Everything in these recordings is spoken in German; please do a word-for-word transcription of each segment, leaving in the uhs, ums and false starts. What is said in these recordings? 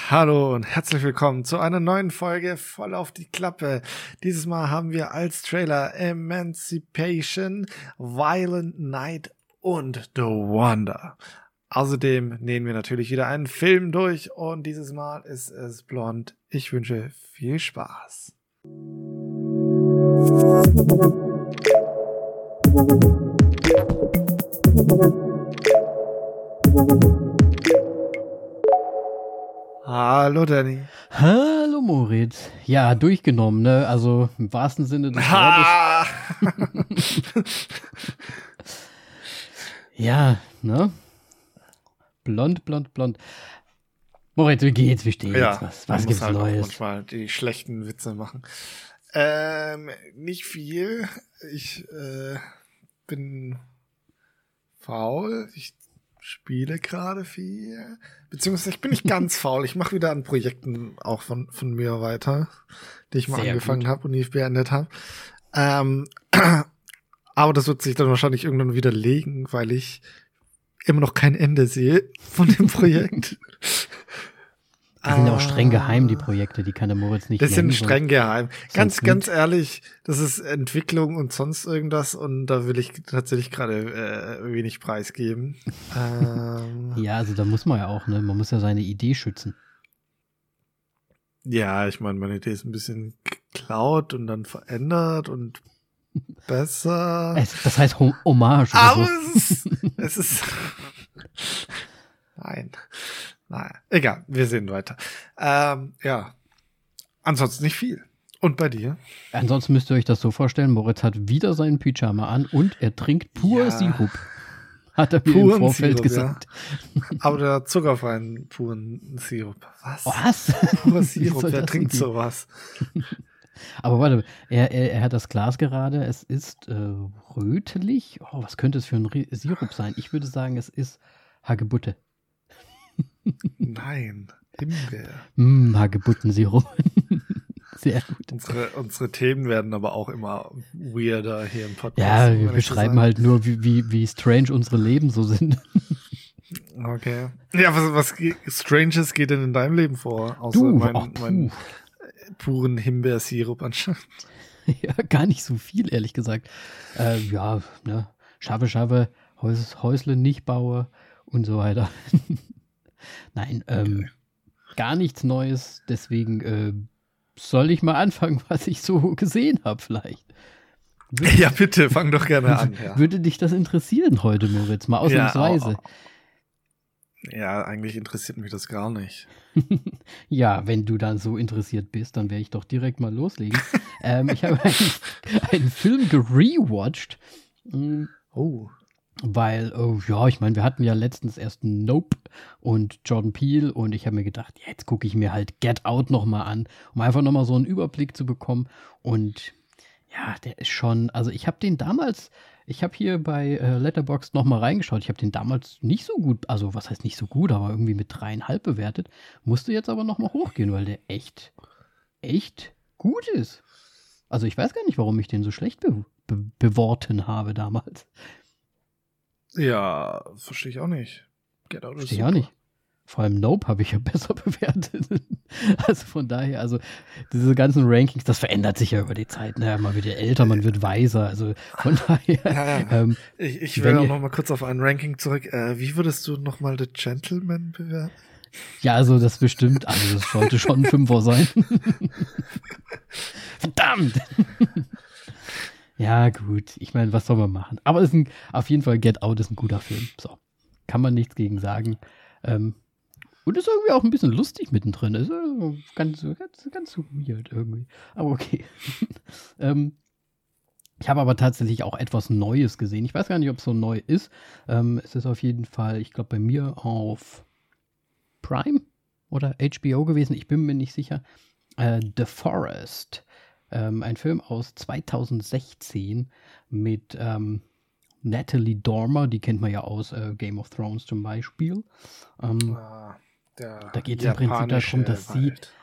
Hallo und herzlich willkommen zu einer neuen Folge voll auf die Klappe. Dieses Mal haben wir als Trailer Emancipation, Violent Night und The Wonder. Außerdem nähen wir natürlich wieder einen Film durch und dieses Mal ist es Blond. Ich wünsche viel Spaß. Hallo Danny. Hallo Moritz. Ja, durchgenommen, ne? Also im wahrsten Sinne des Wortes. Ja, ne? Blond, blond, blond. Moritz, wie geht's? Wie steht's? Ja, was was man gibt's muss halt Neues? Auch manchmal die schlechten Witze machen. Ähm, nicht viel. Ich äh, bin faul. Ich spiele gerade viel. Beziehungsweise ich bin nicht ganz faul. Ich mache wieder an Projekten auch von von mir weiter, die ich mal Sehr angefangen gut. habe und nie beendet habe. Ähm, aber das wird sich dann wahrscheinlich irgendwann wieder legen, weil ich immer noch kein Ende sehe von dem Projekt. Die sind ja auch streng geheim, die Projekte, die kann der Moritz nicht Das sind nennen, streng geheim. Ganz, sonst ganz mit. ehrlich, das ist Entwicklung und sonst irgendwas und da will ich tatsächlich gerade äh, wenig preisgeben. ähm, Ja, also da muss man ja auch, ne? Man muss ja seine Idee schützen. ja, ich meine, meine Idee ist ein bisschen geklaut und dann verändert und besser. Es, das heißt Hom- Hommage oder Aber so. es ist, es ist nein. Naja, egal, wir sehen weiter. Ähm, ja, ansonsten nicht viel. Und bei dir? Ansonsten müsst ihr euch das so vorstellen, Moritz hat wieder seinen Pyjama an und er trinkt pur Ja. Sirup. Hat er mir Puren im Vorfeld Sirup, gesagt. Ja. Aber der zuckerfreien puren Sirup. Was? Was? Purer Wie Sirup, soll wer das trinkt denn gehen? sowas? Aber warte, er, er, er hat das Glas gerade. Es ist äh, rötlich. Oh, was könnte es für ein Ri- Sirup sein? Ich würde sagen, es ist Hagebutte. Nein, Himbeer. Mm, Hagebuttensirup. Sehr gut. Unsere, unsere Themen werden aber auch immer weirder hier im Podcast. Ja, muss wir man echt so beschreiben sagen. halt nur, wie, wie, wie strange unsere Leben so sind. Okay. Ja, was, was ge- Stranges geht denn in deinem Leben vor? Außer Du, mein, ach, puh. mein puren Himbeersirup anscheinend. Ja, gar nicht so viel, ehrlich gesagt. Äh, ja, ne, schaffe, schaffe, Häus, Häusle nicht baue und so weiter. Nein, ähm, gar nichts Neues. Deswegen äh, soll ich mal anfangen, was ich so gesehen habe vielleicht. Würde, Ja, bitte, fang doch gerne an. Ja, würde dich das interessieren heute, Moritz? Mal ausnahmsweise. Ja, ja, eigentlich interessiert mich das gar nicht. Ja, wenn du dann so interessiert bist, dann werde ich doch direkt mal loslegen. ähm, ich habe einen, einen Film gerewatcht. Mm, Oh. Weil, oh, ja, ich meine, wir hatten ja letztens erst Nope und Jordan Peele und ich habe mir gedacht, ja, jetzt gucke ich mir halt Get Out nochmal an, um einfach nochmal so einen Überblick zu bekommen. Und ja, der ist schon, also ich habe den damals, ich habe hier bei äh, Letterboxd nochmal reingeschaut, ich habe den damals nicht so gut, also was heißt nicht so gut, aber irgendwie mit dreieinhalb bewertet, musste jetzt aber nochmal hochgehen, weil der echt, echt gut ist. Also ich weiß gar nicht, warum ich den so schlecht be be beworten habe damals. Ja, verstehe ich auch nicht. Get Out ist Verstehe ich auch super. nicht. Vor allem Nope habe ich ja besser bewertet. Also von daher, also diese ganzen Rankings, das verändert sich ja über die Zeit. Ne? Man wird ja älter, man wird weiser. Also von daher. Ja, ja. Ähm, Ich, ich wenn will auch ihr- noch mal kurz auf ein Ranking zurück. Äh, wie würdest du noch mal The Gentleman bewerten? ja, also das bestimmt, also das sollte schon ein Fünfer sein. Verdammt! Ja, gut. Ich meine, was soll man machen? Aber es ist ein, auf jeden Fall Get Out ist ein guter Film. So. Kann man nichts gegen sagen. Ähm, und ist irgendwie auch ein bisschen lustig mittendrin. Ist äh, ganz, ganz, ganz weird irgendwie. Aber okay. ähm, ich habe aber tatsächlich auch etwas Neues gesehen. Ich weiß gar nicht, ob es so neu ist. Ähm, es ist auf jeden Fall, ich glaube, bei mir auf Prime oder H B O gewesen. Ich bin mir nicht sicher. Äh, The Forest. Ähm, ein Film aus zweitausendsechzehn mit ähm, Natalie Dormer, die kennt man ja aus äh, Game of Thrones zum Beispiel. Ähm, Ah, der Da geht's im Prinzip japanische darum, dass sie- Wald.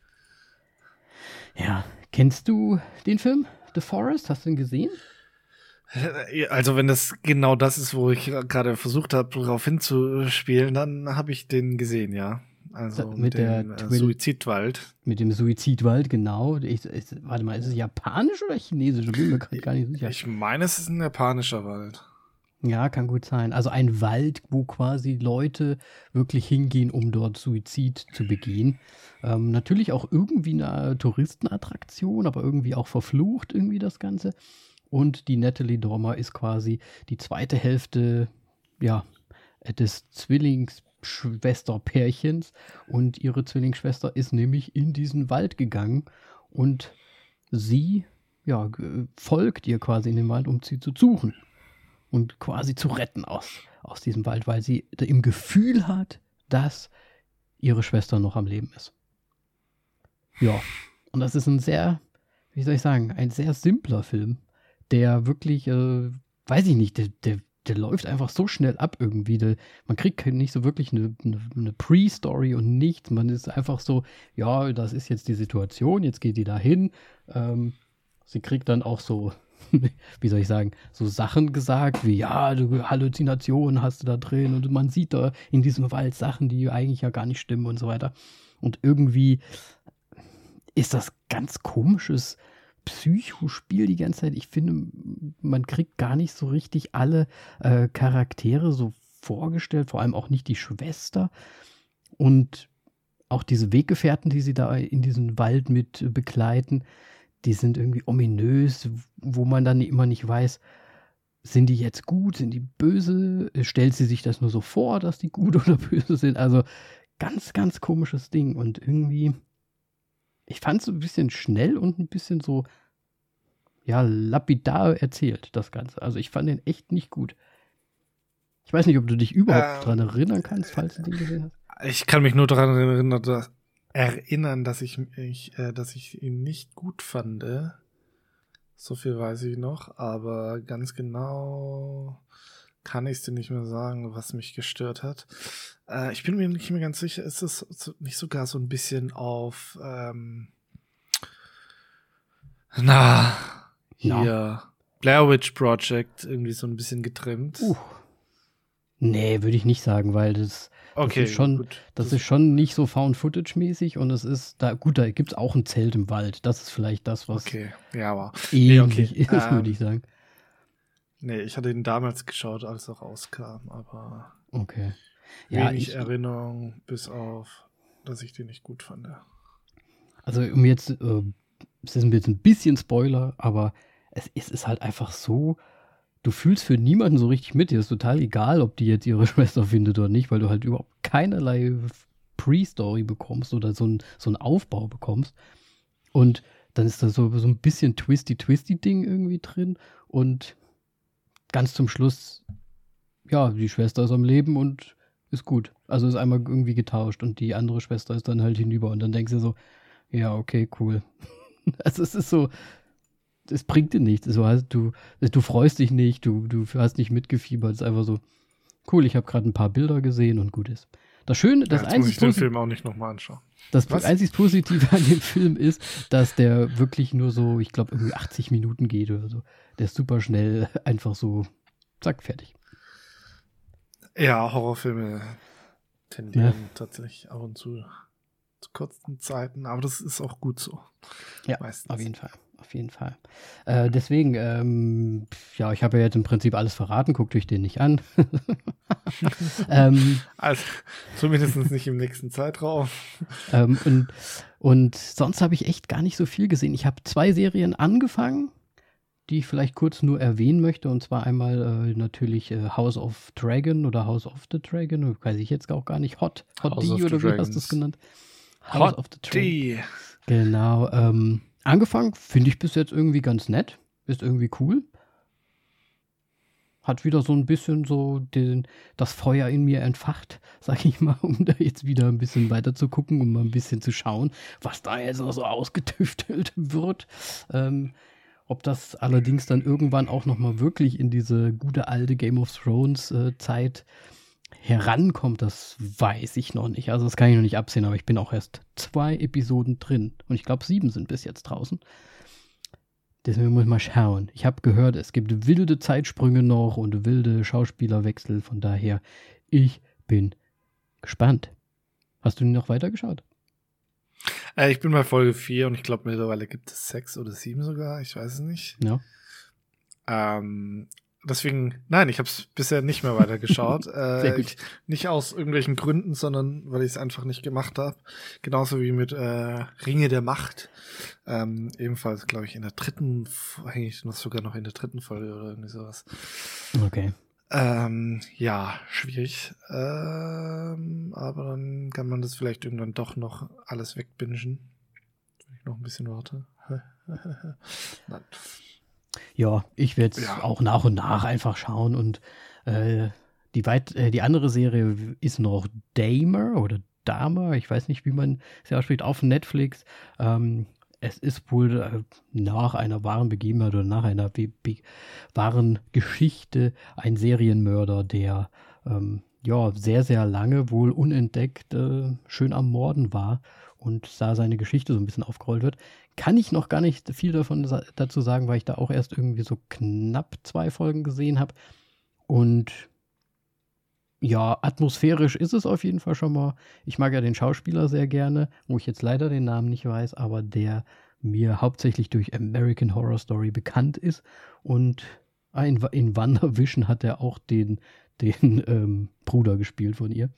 ja, kennst du den Film The Forest? Hast du ihn gesehen? Also wenn das genau das ist, wo ich gerade versucht habe, darauf hinzuspielen, dann habe ich den gesehen, ja. Also Da- mit, mit der dem äh, Twin- Suizidwald. Mit dem Suizidwald, genau. Ich, ich, warte mal, ist es japanisch oder chinesisch? Da bin ich mir gerade gar nicht sicher. Ich meine, es ist ein japanischer Wald. Ja, kann gut sein. Also ein Wald, wo quasi Leute wirklich hingehen, um dort Suizid zu begehen. Ähm, natürlich auch irgendwie eine Touristenattraktion, aber irgendwie auch verflucht irgendwie das Ganze. Und die Natalie Dormer ist quasi die zweite Hälfte, ja, des Zwillingsschwesterpärchens. Und ihre Zwillingsschwester ist nämlich in diesen Wald gegangen und sie, ja, ge- folgt ihr quasi in den Wald, um sie zu suchen. Und quasi zu retten aus, aus diesem Wald, weil sie da im Gefühl hat, dass ihre Schwester noch am Leben ist. Ja, und das ist ein sehr, wie soll ich sagen, ein sehr simpler Film, der wirklich, äh, weiß ich nicht, der, der, der läuft einfach so schnell ab irgendwie. Der, man kriegt nicht so wirklich eine, eine, eine Pre-Story und nichts. Man ist einfach so, ja, das ist jetzt die Situation, jetzt geht die da hin. Ähm, sie kriegt dann auch so, wie soll ich sagen, so Sachen gesagt, wie, ja, du Halluzinationen hast du da drin und man sieht da in diesem Wald Sachen, die eigentlich ja gar nicht stimmen und so weiter. Und irgendwie ist das ganz komisches Psychospiel die ganze Zeit. Ich finde, man kriegt gar nicht so richtig alle äh, Charaktere so vorgestellt, vor allem auch nicht die Schwester. Und auch diese Weggefährten, die sie da in diesen Wald mit äh, begleiten, die sind irgendwie ominös, wo man dann immer nicht weiß, sind die jetzt gut, sind die böse? Stellt sie sich das nur so vor, dass die gut oder böse sind? Also ganz, ganz komisches Ding. Und irgendwie, ich fand es so ein bisschen schnell und ein bisschen so, ja, lapidar erzählt, das Ganze. Also ich fand den echt nicht gut. Ich weiß nicht, ob du dich überhaupt Ähm, dran erinnern kannst, falls du den gesehen hast. Ich kann mich nur daran erinnern, dass, erinnern, dass ich, ich, äh, dass ich ihn nicht gut fand. So viel weiß ich noch, aber ganz genau kann ich es dir nicht mehr sagen, was mich gestört hat. Äh, ich bin mir nicht mehr ganz sicher, ist es so, nicht sogar so ein bisschen auf ähm, na, hier Blair Witch Project irgendwie so ein bisschen getrimmt. Uh. Nee, würde ich nicht sagen, weil das, das Okay, ist schon, gut. das ist schon nicht so Found-Footage-mäßig und es ist, da gut, da gibt es auch ein Zelt im Wald. Das ist vielleicht das, was Okay, ja, aber ähnlich nee, okay. ist, würde Ähm, ich sagen. Nee, ich hatte ihn damals geschaut, als er rauskam, aber Okay. Ja, wenig ich, Erinnerung, bis auf, dass ich den nicht gut fand. also um jetzt, äh, es ist jetzt ein bisschen Spoiler, aber es, es ist halt einfach so, du fühlst für niemanden so richtig mit. Dir ist total egal, ob die jetzt ihre Schwester findet oder nicht, weil du halt überhaupt keinerlei Pre-Story bekommst oder so, ein, so einen Aufbau bekommst. Und dann ist da so, so ein bisschen Twisty-Twisty-Ding irgendwie drin und ganz zum Schluss, ja, die Schwester ist am Leben und ist gut. Also ist einmal irgendwie getauscht und die andere Schwester ist dann halt hinüber und dann denkst du so, ja, okay, cool. Also es ist so, es bringt dir nichts. Also, heißt, du, du freust dich nicht, du, du hast nicht mitgefiebert. Es ist einfach so, cool, ich habe gerade ein paar Bilder gesehen und gut ist. Das Schöne, das ja, jetzt muss ich einzige den Film auch nicht nochmal anschauen. Das Was? einzig Positive an dem Film ist, dass der wirklich nur so, ich glaube, irgendwie achtzig Minuten geht oder so. Der ist super schnell, einfach so, zack, fertig. Ja, Horrorfilme tendieren Ja. tatsächlich ab und zu zu kurzen Zeiten, aber das ist auch gut so. Ja, Meistens. auf jeden Fall. Auf jeden Fall. Äh, deswegen, ähm, ja, ich habe ja jetzt im Prinzip alles verraten, guckt euch den nicht an. ähm, Also, zumindest nicht im nächsten Zeitraum. ähm, und, und sonst habe ich echt gar nicht so viel gesehen. Ich habe zwei Serien angefangen, die ich vielleicht kurz nur erwähnen möchte. Und zwar einmal äh, natürlich äh, House of Dragon oder House of the Dragon, weiß ich jetzt auch gar nicht. Hot, Hot House D of the oder wie hast du Dragons. es genannt? Hot D. Genau. Ähm, angefangen finde ich bis jetzt irgendwie ganz nett. Ist irgendwie cool. Hat wieder so ein bisschen so den, das Feuer in mir entfacht, sag ich mal, um da jetzt wieder ein bisschen weiter zu gucken, um mal ein bisschen zu schauen, was da jetzt noch so ausgetüftelt wird. Ähm, ob das allerdings dann irgendwann auch nochmal wirklich in diese gute alte Game of Thrones äh, Zeit herankommt, das weiß ich noch nicht. Also das kann ich noch nicht absehen, aber ich bin auch erst zwei Episoden drin. Und ich glaube, sieben sind bis jetzt draußen. Deswegen muss ich mal schauen. Ich habe gehört, es gibt wilde Zeitsprünge noch und wilde Schauspielerwechsel. Von daher, ich bin gespannt. Hast du noch weitergeschaut? Äh, ich bin bei Folge vier und ich glaube mittlerweile gibt es sechs oder sieben sogar, ich weiß es nicht. Ja. Ähm, deswegen, nein, ich habe es bisher nicht mehr weitergeschaut. äh, Sehr gut. Ich, nicht aus irgendwelchen Gründen, sondern weil ich es einfach nicht gemacht habe. Genauso wie mit äh, Ringe der Macht. Ähm, ebenfalls, glaube ich, in der dritten, eigentlich noch sogar noch in der dritten Folge oder irgendwie sowas. Okay. Ähm, ja, schwierig. Ähm, aber dann kann man das vielleicht irgendwann doch noch alles wegbingen. Wenn ich noch ein bisschen warte. Nein. Ja, ich werde es Ja. auch nach und nach einfach schauen und äh, die, weit, äh, die andere Serie ist noch Dahmer oder Dahmer, ich weiß nicht, wie man es ausspricht, auf Netflix. Ähm, es ist wohl äh, nach einer wahren Begebenheit oder nach einer be be wahren Geschichte ein Serienmörder, der ähm, ja sehr, sehr lange wohl unentdeckt äh, schön am Morden war und da seine Geschichte so ein bisschen aufgerollt wird. Kann ich noch gar nicht viel davon sa dazu sagen, weil ich da auch erst irgendwie so knapp zwei Folgen gesehen habe. Und ja, atmosphärisch ist es auf jeden Fall schon mal. Ich mag ja den Schauspieler sehr gerne, wo ich jetzt leider den Namen nicht weiß, aber der mir hauptsächlich durch American Horror Story bekannt ist. Und in, in WandaVision hat er auch den, den ähm, Bruder gespielt von ihr.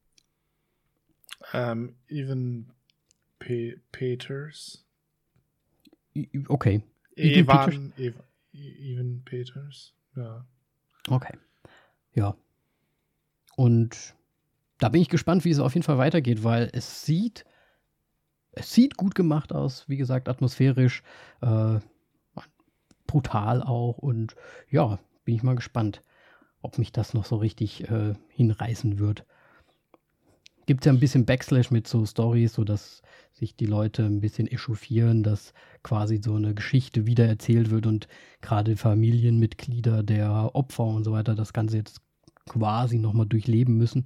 Ähm, Evan Pe Peters. Okay. Evan, Evan, Evan Peters. Ja. Okay. Ja. Und da bin ich gespannt, wie es auf jeden Fall weitergeht, weil es sieht, es sieht gut gemacht aus, wie gesagt, atmosphärisch, äh, brutal auch. Und ja, bin ich mal gespannt, ob mich das noch so richtig äh, hinreißen wird. Gibt es ja ein bisschen Backslash mit so Storys, sodass sich die Leute ein bisschen echauffieren, dass quasi so eine Geschichte wiedererzählt wird und gerade Familienmitglieder der Opfer und so weiter das Ganze jetzt quasi nochmal durchleben müssen.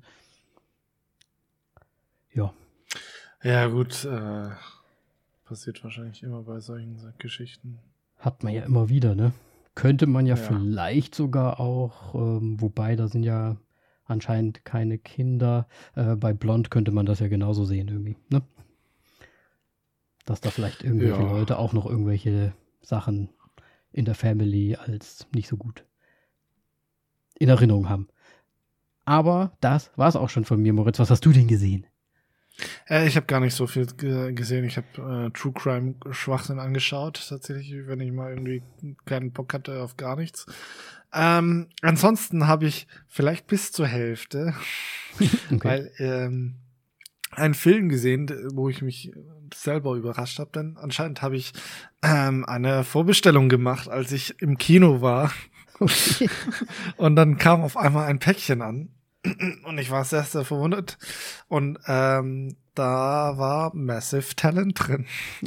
Ja. Ja, gut. Äh, passiert wahrscheinlich immer bei solchen Geschichten. Hat man ja immer wieder, ne? Könnte man ja, Ja. vielleicht sogar auch, ähm, wobei da sind ja anscheinend keine Kinder. Äh, bei Blond könnte man das ja genauso sehen irgendwie, ne? Dass da vielleicht irgendwelche Ja. Leute auch noch irgendwelche Sachen in der Family als nicht so gut in Erinnerung haben. Aber das war es auch schon von mir, Moritz. Was hast du denn gesehen? Äh, ich habe gar nicht so viel ge gesehen. Ich habe äh, True Crime Schwachsinn angeschaut, tatsächlich, wenn ich mal irgendwie keinen Bock hatte auf gar nichts. Ähm, ansonsten habe ich vielleicht bis zur Hälfte, Okay. weil ähm, einen Film gesehen, wo ich mich selber überrascht habe, denn anscheinend habe ich ähm, eine Vorbestellung gemacht, als ich im Kino war. Okay. Und dann kam auf einmal ein Päckchen an und ich war sehr, sehr verwundert und ähm, da war Massive Talent drin.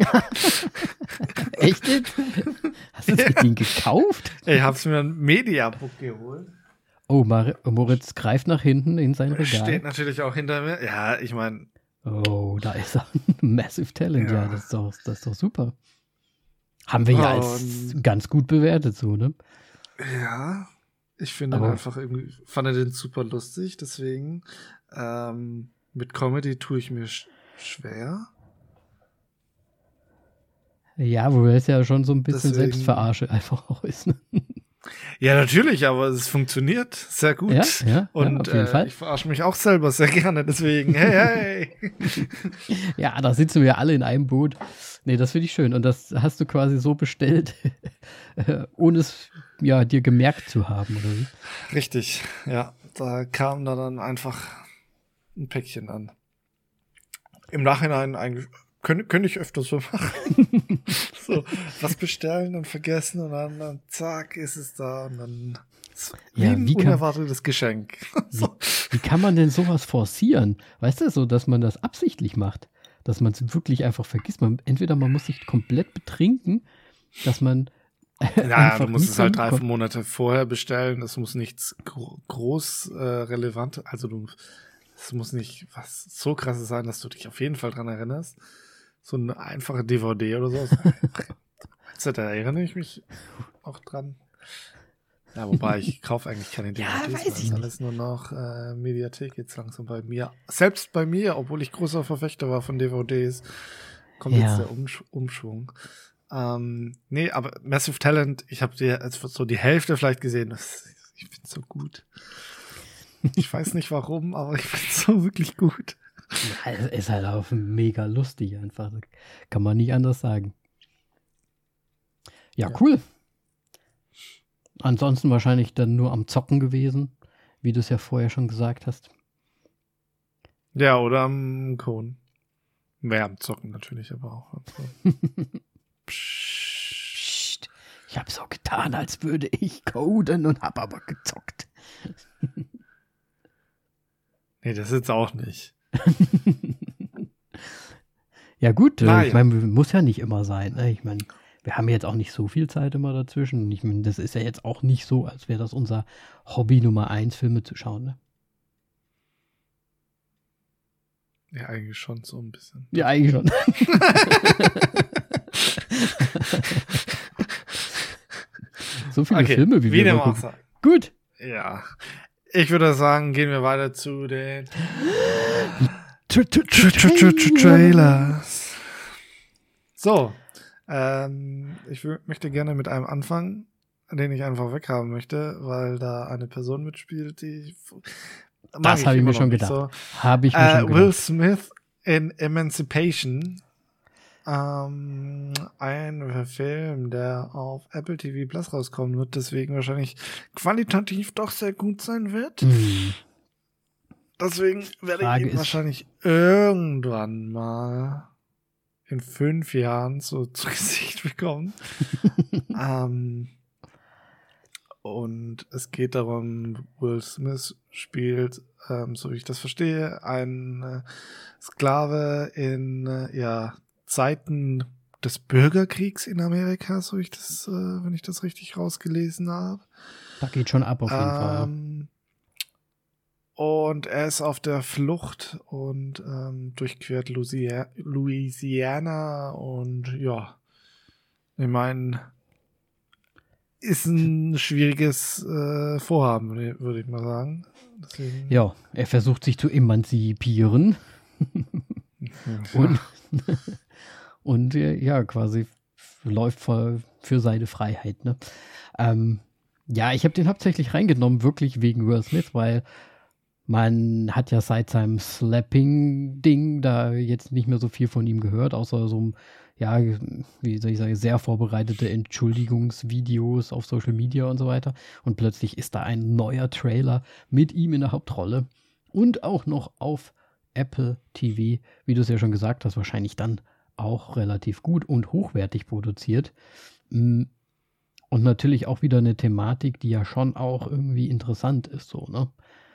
Echt jetzt? Hast du Ja. den gekauft? Ich habe es mir ein Mediabook geholt. Oh, Mar Moritz greift nach hinten in sein Regal. Steht natürlich auch hinter mir. Ja, ich meine. Oh, da ist er. Massive Talent, ja, Ja. das, ist doch, das ist doch super. Haben wir ja als Und- ganz gut bewertet, so, ne? Ja, ich finde Aber- ihn einfach irgendwie, fand den super lustig, deswegen ähm, mit Comedy tue ich mir sch schwer. Ja, wo es ja schon so ein bisschen Deswegen- Selbstverarsche einfach auch ist, ne? Ja, natürlich, aber es funktioniert sehr gut. Ja, ja, Und ja, auf jeden äh, Fall. ich verarsche mich auch selber sehr gerne, deswegen, hey, hey. Ja, da sitzen wir alle in einem Boot. Nee, das finde ich schön. Und das hast du quasi so bestellt, äh, ohne es ja, dir gemerkt zu haben, oder wie? Richtig, ja. Da kam da dann einfach ein Päckchen an. Im Nachhinein eigentlich könnte, könnte ich öfters so machen. So, was bestellen und vergessen und dann, dann zack, ist es da und dann wie Ja, ein wie kann- unerwartetes Geschenk. So. Wie kann man denn sowas forcieren? Weißt du, so, dass man das absichtlich macht? Dass man es wirklich einfach vergisst. Man, entweder man muss sich komplett betrinken, dass man Ja, einfach du musst nie es halt dran drei kommt. Monate vorher bestellen. Das muss nichts gro groß äh, relevant, also du, es muss nicht was so krasses sein, dass du dich auf jeden Fall dran erinnerst. So eine einfache D V D oder so. Also, da erinnere ich mich auch dran. Ja, wobei ich kaufe eigentlich keine D V Ds, Ja, weiß weil ich ist alles nur noch äh, Mediathek jetzt langsam bei mir. Selbst bei mir, obwohl ich großer Verfechter war von D V Ds, kommt Ja. jetzt der Umsch- Umschwung. Ähm, nee, aber Massive Talent, ich habe dir also so die Hälfte vielleicht gesehen. Das, ich find's so gut. Ich weiß nicht warum, aber ich find's so wirklich gut. Ja, es ist halt auch mega lustig einfach. Kann man nicht anders sagen. Ja, Ja. cool. Ansonsten wahrscheinlich dann nur am Zocken gewesen, wie du es ja vorher schon gesagt hast. Ja, oder am Cohen. Mehr am Zocken natürlich, aber auch. Also. Psst. Ich habe so getan, als würde ich coden und habe aber gezockt. Nee, das jetzt auch nicht. Ja gut, äh, Na ich ja. meine, muss ja nicht immer sein. Ne? Ich meine, wir haben jetzt auch nicht so viel Zeit immer dazwischen. Ich meine, das ist ja jetzt auch nicht so, als wäre das unser Hobby Nummer eins, Filme zu schauen. Ne? Ja, eigentlich schon so ein bisschen. Ja, eigentlich schon. So viele Okay, Filme, wie wie wir dem mal auch gucken. sei. Gut. Ja. Ich würde sagen, gehen wir weiter zu den Trailer. Trailers. So, ähm, ich wü- möchte gerne mit einem anfangen, den ich einfach weghaben möchte, weil da eine Person mitspielt, die mag Das habe ich immer mir noch schon nicht gedacht. so. Habe ich mir Äh, schon Will gedacht. Smith in Emancipation. Ähm, ein Film, der auf Apple T V Plus rauskommen wird, deswegen wahrscheinlich qualitativ doch sehr gut sein wird. Hm. Deswegen werde Frage ich ihn ist- wahrscheinlich irgendwann mal in fünf Jahren so zu Gesicht bekommen. ähm, und es geht darum, Will Smith spielt, ähm, so wie ich das verstehe, ein äh, Sklave in äh, ja, Zeiten des Bürgerkriegs in Amerika, so ich das, äh, wenn ich das richtig rausgelesen habe. Da geht schon ab auf jeden Fall. Ähm, und er ist auf der Flucht und ähm, durchquert Louisia- Louisiana und ja, ich meine, ist ein schwieriges äh, Vorhaben, würde ich mal sagen. Deswegen, Ja, er versucht sich zu emanzipieren und, und äh, ja, quasi f- läuft für, für seine Freiheit. Ne? Ähm, ja, ich habe den hauptsächlich reingenommen, wirklich wegen Will Smith, weil man hat ja seit seinem Slapping-Ding da jetzt nicht mehr so viel von ihm gehört, außer so, ja, wie soll ich sagen, sehr vorbereitete Entschuldigungsvideos auf Social Media und so weiter. Und plötzlich ist da ein neuer Trailer mit ihm in der Hauptrolle und auch noch auf Apple T V, wie du es ja schon gesagt hast, wahrscheinlich dann auch relativ gut und hochwertig produziert. Und natürlich auch wieder eine Thematik, die ja schon auch irgendwie interessant ist, so, ne?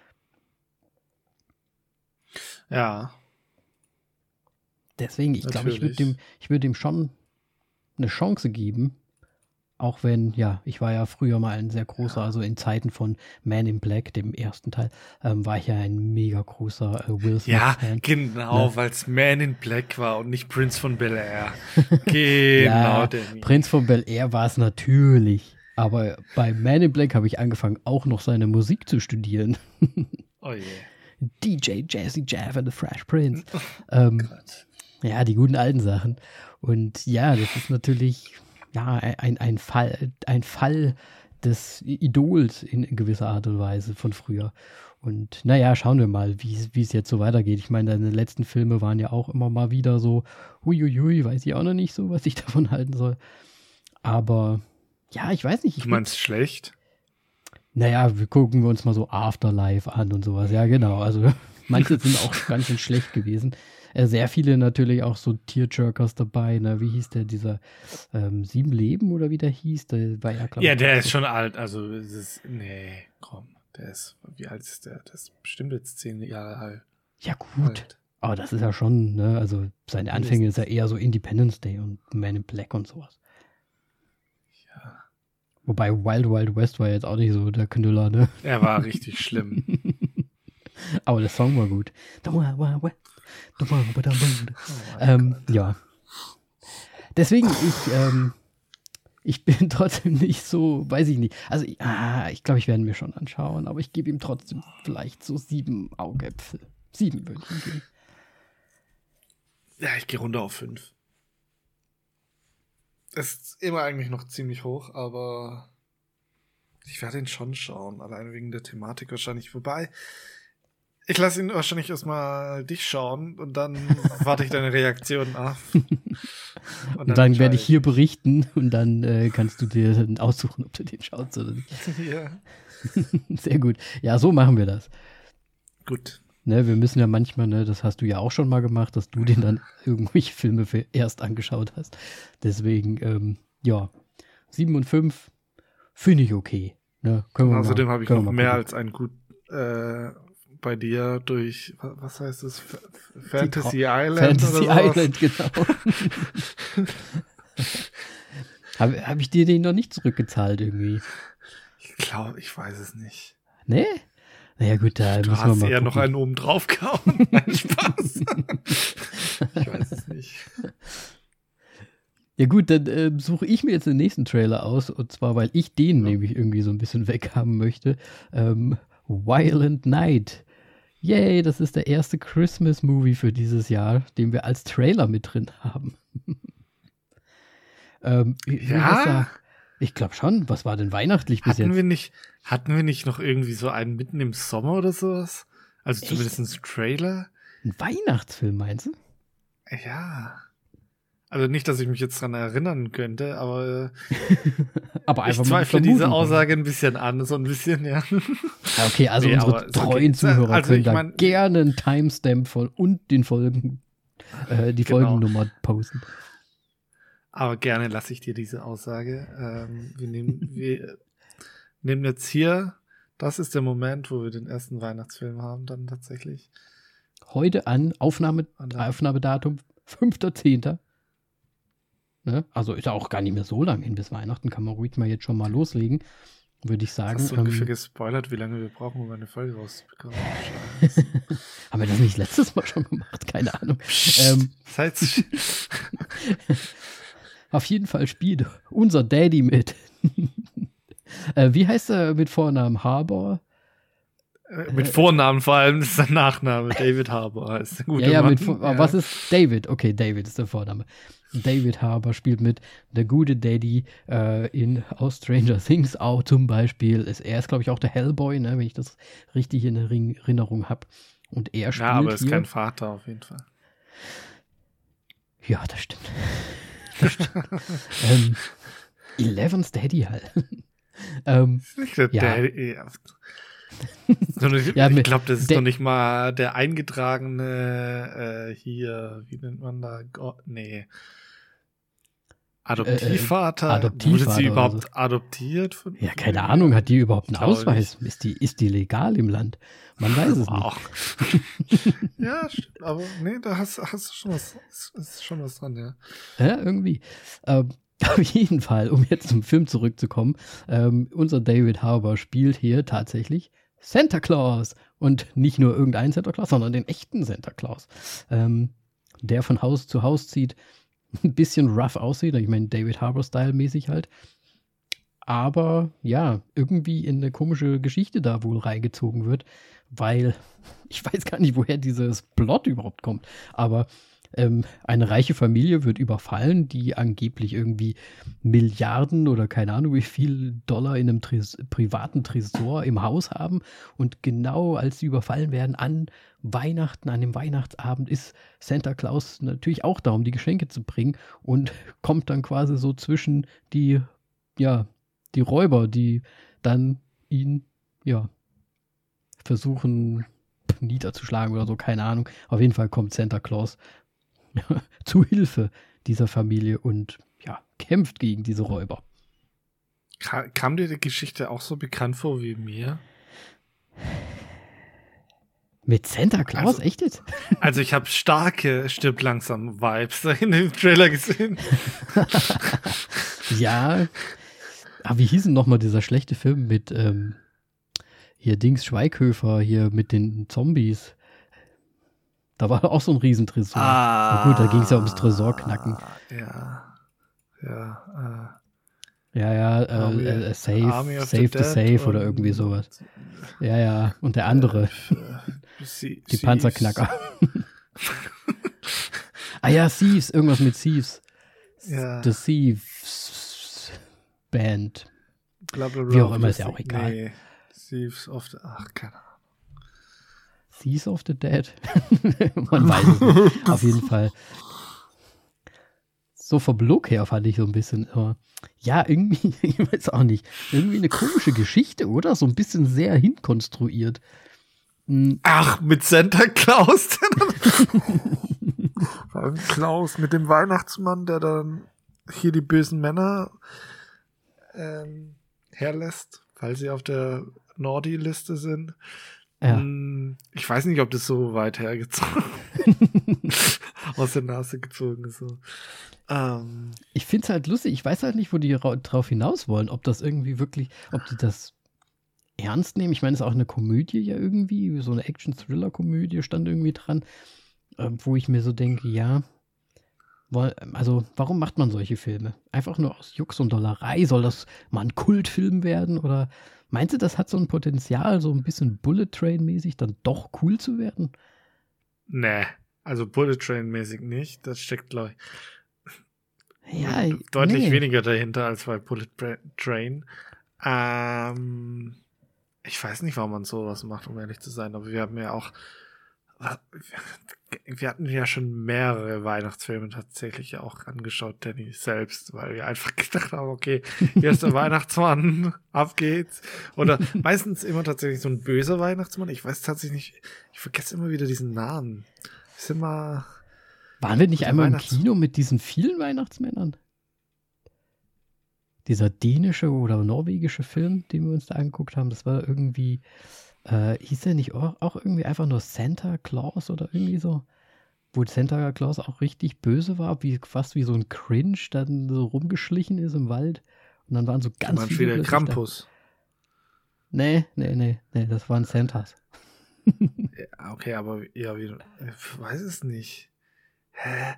ja. Deswegen, ich glaube, ich würde Natürlich. dem, ich würde dem schon eine Chance geben. Auch wenn, ja, ich war ja früher mal ein sehr großer, also in Zeiten von Man in Black, dem ersten Teil, ähm, war ich ja ein mega großer äh, Will Ja, Smith-Fan. genau, Ne? weil es Man in Black war und nicht Prince von Bel-Air. Genau, Ja, Danny. Prinz von Bel-Air war es natürlich. Aber bei Man in Black habe ich angefangen, auch noch seine Musik zu studieren. Oh je. D J Jazzy Jeff and the Fresh Prince. ähm, Gott. Ja, die guten alten Sachen. Und ja, das ist natürlich ja, ein, ein, Fall, ein Fall des Idols in gewisser Art und Weise von früher. Und naja, schauen wir mal, wie es jetzt so weitergeht. Ich meine, deine letzten Filme waren ja auch immer mal wieder so, huiuiui, weiß ich auch noch nicht so, was ich davon halten soll. Aber ja, ich weiß nicht. Ich Du meinst schlecht? Naja, wir gucken wir uns mal so Afterlife an und sowas. Ja, genau. Also manche sind auch ganz schön schlecht gewesen. Äh, sehr viele natürlich auch so Tearjerkers dabei. Ne? Wie hieß der, dieser ähm, Sieben Leben oder wie der hieß? Der war ja, glaub Ja, ich, der auch ist so- schon alt. Also, es ist, nee, komm. Der ist, wie alt ist der? Der ist bestimmt jetzt zehn Jahre alt. Ja, gut. alt. Aber das ist ja schon, ne? Also seine Anfänge ist ja eher so Independence Day und Man in Black und sowas. Ja. Wobei Wild Wild West war jetzt auch nicht so der Knüller, ne? Er war richtig schlimm. Aber der Song war gut. Oh mein Ähm, Gott. ja. Deswegen, ich, ähm, ich bin trotzdem nicht so, weiß ich nicht. Also, ah, ich glaube, ich werde ihn mir schon anschauen, aber ich gebe ihm trotzdem vielleicht so sieben Augäpfel. Sieben würde ich ihm geben. Ja, ich gehe runter auf fünf. Es ist immer eigentlich noch ziemlich hoch, aber ich werde ihn schon schauen, allein wegen der Thematik wahrscheinlich. Wobei, ich lasse ihn wahrscheinlich erstmal dich schauen und dann warte ich deine Reaktion ab. Und dann, und dann werde ich hier berichten und dann äh, kannst du dir dann aussuchen, ob du den schaust oder nicht. Ja. Sehr gut. Ja, so machen wir das. Gut. Ne, wir müssen ja manchmal, ne, das hast du ja auch schon mal gemacht, dass du den dann irgendwelche Filme für erst angeschaut hast. Deswegen, ähm, ja, sieben und fünf finde ich okay. Ne, können wir Außerdem mal, habe ich können noch wir mal mehr gucken. als ein gut äh, bei dir durch, was heißt das? F- Fantasy Island Fantasy oder sowas? Island, genau. Habe hab ich dir den noch nicht zurückgezahlt irgendwie? Ich glaube, ich weiß es nicht. Nee? Naja gut, da Du müssen wir hast mal eher gucken. noch einen oben drauf gehauen. Nein, Spaß. Ich weiß es nicht. Ja gut, dann äh, suche ich mir jetzt den nächsten Trailer aus, und zwar, weil ich den Ja. nämlich irgendwie so ein bisschen weghaben möchte. Ähm, Violent Night. Yay, das ist der erste Christmas-Movie für dieses Jahr, den wir als Trailer mit drin haben. ähm, wie- wie Ja? ist er? Ich glaube schon. Was war denn weihnachtlich bis Hatten jetzt? wir nicht, hatten wir nicht noch irgendwie so einen mitten im Sommer oder sowas? Also Echt? zumindest ein Trailer? Ein Weihnachtsfilm, meinst du? Ja. Also nicht, dass ich mich jetzt dran erinnern könnte, aber Aber ich einfach mal zweifle vermuten diese können. Aussage ein bisschen an, so ein bisschen, ja. Ja, okay, also Nee, unsere aber ist okay. treuen Zuhörer Also können ich da mein- gerne einen Timestamp von und den Folgen, äh, die Genau. Folgennummer posten. Aber gerne lasse ich dir diese Aussage. Ähm, wir nehmen, wir nehmen jetzt hier, das ist der Moment, wo wir den ersten Weihnachtsfilm haben, dann tatsächlich. Heute an, Aufnahme, Und dann- Aufnahmedatum fünfter zehnter Ne? Also ist ja auch gar nicht mehr so lang hin bis Weihnachten, kann man ruhig mal jetzt schon mal loslegen, würde ich sagen. Hast du ungefähr Ähm, gespoilert, wie lange wir brauchen, um eine Folge rauszubekommen? Scheiße. haben wir das nicht letztes Mal schon gemacht? Keine Ahnung. ähm, Das heißt, Auf jeden Fall spielt unser Daddy mit. äh, wie heißt er mit Vornamen? Harbour? mit Vornamen vor allem, das ist sein Nachname. David Harbour ist ein guter Ja, ja, Mann. mit Vor- aber was ist David? Okay, David ist der Vorname. David Harbour spielt mit. Der gute Daddy äh, in aus Stranger Things auch zum Beispiel. Ist, er ist, glaube ich, auch der Hellboy, ne, wenn ich das richtig in Ering- Erinnerung habe. Und er spielt Ja, aber ist hier. kein Vater auf jeden Fall. Ja, das stimmt. Das stimmt. ähm, Eleven's Daddy halt. ähm, Ist nicht der Ja. Daddy. Ja. Sondern ich Ja, ich mit- glaube, das ist der- doch nicht mal der eingetragene äh, hier, wie nennt man da? Gott, nee. Adoptivvater? Äh, äh, Adoptivvater Wurde sie oder überhaupt so. adoptiert? Von, ja, keine Ahnung, hat die überhaupt einen Ich glaube Ausweis? Ist die, ist die legal im Land? Man weiß es nicht. Wow. Ja, stimmt, aber nee, da hast, hast du schon was, ist, ist schon was dran, ja. Ja, irgendwie. Ähm, auf jeden Fall, um jetzt zum Film zurückzukommen, ähm, unser David Harbour spielt hier tatsächlich Santa Claus. Und nicht nur irgendeinen Santa Claus, sondern den echten Santa Claus. Ähm, der von Haus zu Haus zieht, ein bisschen rough aussieht. Ich meine, David Harbour-Style mäßig halt. Aber ja, irgendwie in eine komische Geschichte da wohl reingezogen wird, weil ich weiß gar nicht, woher dieses Plot überhaupt kommt. Aber ähm, eine reiche Familie wird überfallen, die angeblich irgendwie Milliarden oder keine Ahnung wie viel Dollar in einem Tres- privaten Tresor im Haus haben. Und genau als sie überfallen werden an Weihnachten, an dem Weihnachtsabend, ist Santa Claus natürlich auch da, um die Geschenke zu bringen und kommt dann quasi so zwischen die, ja, die Räuber, die dann ihn, ja, versuchen niederzuschlagen oder so, keine Ahnung. Auf jeden Fall kommt Santa Claus zu Hilfe dieser Familie und ja, kämpft gegen diese Räuber. Ka- Kam dir die Geschichte auch so bekannt vor wie mir? Mit Santa Claus? Also- Echt jetzt? Also ich habe starke Stirb langsam Vibes in dem Trailer gesehen. Ja. Aber wie hieß denn nochmal dieser schlechte Film mit ähm, hier Dings Schweighöfer, hier mit den Zombies? Da war auch so ein Riesentresor. Na gut, da ging es ja ums Tresorknacken. Ja, ja. Ja, ja, äh, Army, äh, Save, Army of Save the the, Safe Dead oder irgendwie sowas. Ja, ja, und der andere. Äh, Sie- Die Thieves. Panzerknacker. Ah ja, Thieves, irgendwas mit Thieves. Ja. The Thieves Band. Bla, bla, bla, Wie auch immer, ist ja auch nee, egal. Thieves of the, ach, keine Ahnung. Thieves of the Dead? Man weiß es nicht. Auf jeden Fall. So vom Look her fand ich so ein bisschen, aber ja, irgendwie, ich weiß auch nicht, irgendwie eine komische Geschichte, oder? So ein bisschen sehr hinkonstruiert. Hm. Ach, mit Santa Claus. Vor allem Klaus mit dem Weihnachtsmann, der dann hier die bösen Männer ähm, herlässt, weil sie auf der Nordi-Liste sind. Ja. Hm, ich weiß nicht, ob das so weit hergezogen aus der Nase gezogen ist. So. Ähm, Ich finde es halt lustig, ich weiß halt nicht, wo die ra- drauf hinaus wollen, ob das irgendwie wirklich, ob die das ernst nehmen. Ich meine, es ist auch eine Komödie ja irgendwie, so eine Action-Thriller-Komödie stand irgendwie dran, äh, wo ich mir so denke, ja, woll- also warum macht man solche Filme? Einfach nur aus Jux und Dollerei? Soll das mal ein Kultfilm werden? Oder meinst du, das hat so ein Potenzial, so ein bisschen Bullet Train-mäßig dann doch cool zu werden? nee, also Bullet Train-mäßig nicht. Das steckt, glaube ich, Ja, deutlich nee. weniger dahinter als bei Bullet Tra- Train. Ähm, ich weiß nicht, warum man sowas macht, um ehrlich zu sein, aber wir haben ja auch, wir hatten ja schon mehrere Weihnachtsfilme tatsächlich auch angeschaut, Danny selbst, weil wir einfach gedacht haben, okay, hier ist der Weihnachtsmann, ab geht's. Oder meistens immer tatsächlich so ein böser Weihnachtsmann. Ich weiß tatsächlich nicht, ich vergesse immer wieder diesen Namen. Ist immer. Waren wir nicht der einmal im Weihnachts- Kino mit diesen vielen Weihnachtsmännern? Dieser dänische oder norwegische Film, den wir uns da angeguckt haben, das war irgendwie, äh, hieß der nicht auch, auch irgendwie einfach nur Santa Claus oder irgendwie so? Wo Santa Claus auch richtig böse war, wie, fast wie so ein Cringe, dann so rumgeschlichen ist im Wald. Und dann waren so Du ganz meinst viele wieder plötzlich da. Krampus. Nee, nee, nee, nee, das waren Santas. Ja, okay, aber ja, wie, ich weiß es nicht. Hä?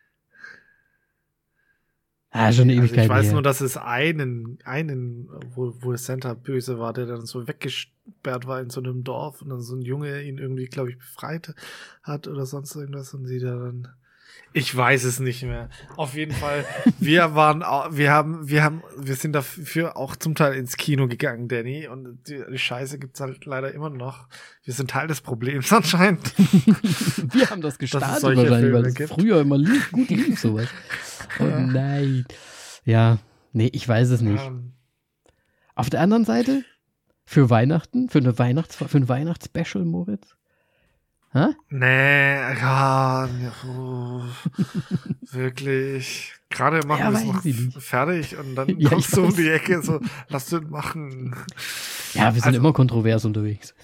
Ah, schon eine Also Ewigkeit ich weiß her. nur, dass es einen, einen, wo, wo Santa böse war, der dann so weggesperrt war in so einem Dorf und dann so ein Junge ihn irgendwie, glaube ich, befreit hat oder sonst irgendwas und sie da dann. Ich weiß es nicht mehr. Auf jeden Fall, wir waren, au- wir haben, wir haben, wir sind dafür auch zum Teil ins Kino gegangen, Danny, und die, die Scheiße gibt's halt leider immer noch. Wir sind Teil des Problems anscheinend. Wir haben das gestartet solche wahrscheinlich, weil Filme es gibt. früher immer lief, gut lief sowas. Oh Ja. nein. Ja, nee, ich weiß es nicht. Ähm, Auf der anderen Seite, für Weihnachten, für, eine Weihnachts für ein Weihnachtsspecial, Moritz? Hä? Nee, ja, ja, oh, wirklich. Gerade machen Ja, wir es weiß noch ich nicht. fertig und dann Ja, kommst ich du um weiß. die Ecke, so, lass du machen. Ja, wir sind Also- immer kontrovers unterwegs.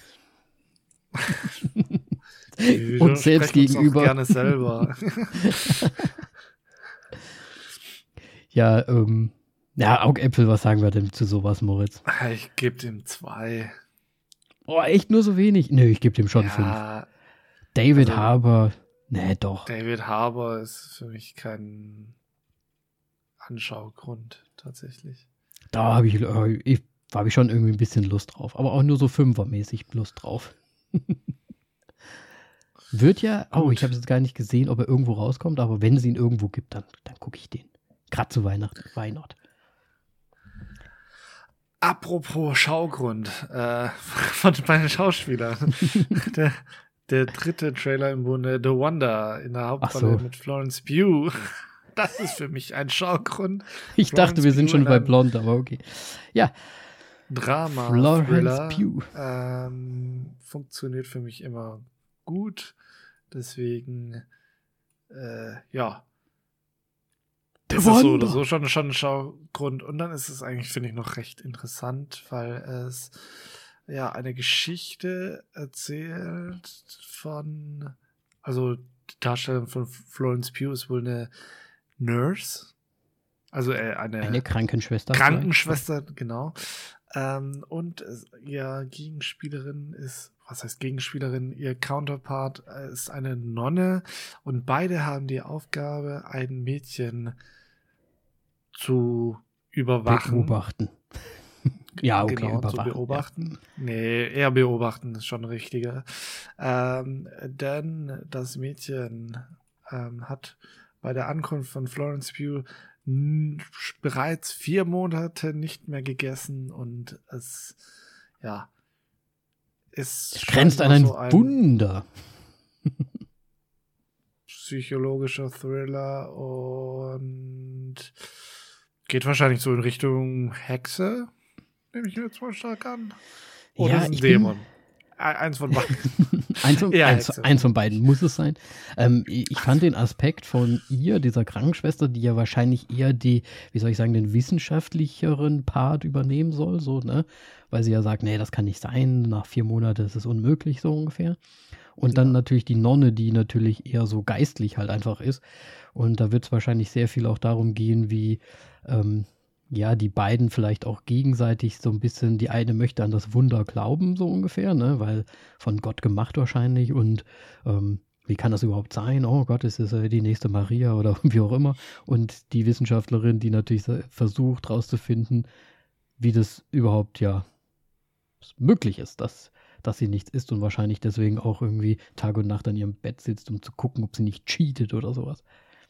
Wir Uns selbst sprechen uns auch gegenüber. gerne selber. Ja, ähm, ja, Augäpfel, was sagen wir denn zu sowas, Moritz? Ich gebe dem zwei. Oh, echt nur so wenig? Nö, ich gebe dem schon fünf. Ja, David also- Harbour, nee, doch. David Harbour ist für mich kein Anschaugrund, tatsächlich. Da habe ich, äh, ich, hab ich schon irgendwie ein bisschen Lust drauf. Aber auch nur so fünfermäßig Lust drauf. Wird ja, oh, Gut. ich habe es jetzt gar nicht gesehen, ob er irgendwo rauskommt, aber wenn es ihn irgendwo gibt, dann, dann gucke ich den. Gerade zu Weihnachten, why not? Apropos Schaugrund, äh, von meinen Schauspielern. der, der dritte Trailer im Bunde, The Wonder, in der Hauptrolle so. mit Florence Pugh. Das ist für mich ein Schaugrund. Ich Florence dachte, wir sind Pugh schon in bei einem Blond, aber okay. Ja, Drama, Florence Thriller, Pugh. ähm, funktioniert für mich immer gut. Deswegen, äh, ja. The Das ist so Wonder. oder so schon, schon ein Schaugrund. Und dann ist es eigentlich, finde ich, noch recht interessant, weil es ja eine Geschichte erzählt von, also die Darstellerin von Florence Pugh ist wohl eine Nurse, also äh, eine, Eine Krankenschwester. Krankenschwester, genau. Ähm, und es, ihr Gegenspielerin ist, was heißt Gegenspielerin? Ihr Counterpart äh, ist eine Nonne und beide haben die Aufgabe, ein Mädchen zu überwachen. Beobachten. Ja, okay, genau, überwachen. zu beobachten. Ja. Nee, eher beobachten ist schon richtiger. Ähm, denn das Mädchen ähm, hat bei der Ankunft von Florence Pugh n- bereits vier Monate nicht mehr gegessen und es, ja, ist Es grenzt an ein, so ein Wunder. psychologischer Thriller und geht wahrscheinlich so in Richtung Hexe, nehme ich mir jetzt mal stark an. Oder Ja, ist ein ich Dämon. bin- Eins von beiden. eins, von, Ja, eins, Hexe. eins von beiden muss es sein. Ähm, ich fand den Aspekt von ihr, dieser Krankenschwester, die ja wahrscheinlich eher die, wie soll ich sagen, den wissenschaftlicheren Part übernehmen soll, so, ne? Weil sie ja sagt, nee, das kann nicht sein, nach vier Monaten ist es unmöglich, so ungefähr. Und dann Ja. natürlich die Nonne, die natürlich eher so geistlich halt einfach ist. Und da wird es wahrscheinlich sehr viel auch darum gehen, wie, ähm, ja, die beiden vielleicht auch gegenseitig so ein bisschen, die eine möchte an das Wunder glauben, so ungefähr, ne, weil von Gott gemacht wahrscheinlich und ähm, wie kann das überhaupt sein? Oh Gott, ist es äh, die nächste Maria oder wie auch immer. Und die Wissenschaftlerin, die natürlich so versucht rauszufinden, wie das überhaupt, ja, möglich ist, dass, dass sie nichts isst und wahrscheinlich deswegen auch irgendwie Tag und Nacht an ihrem Bett sitzt, um zu gucken, ob sie nicht cheatet oder sowas.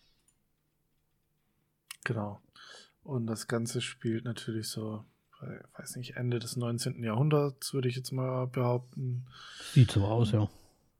Genau. Und das Ganze spielt natürlich so, bei, weiß nicht, Ende des neunzehnten. Jahrhunderts, würde ich jetzt mal behaupten. Sieht so aus, ja.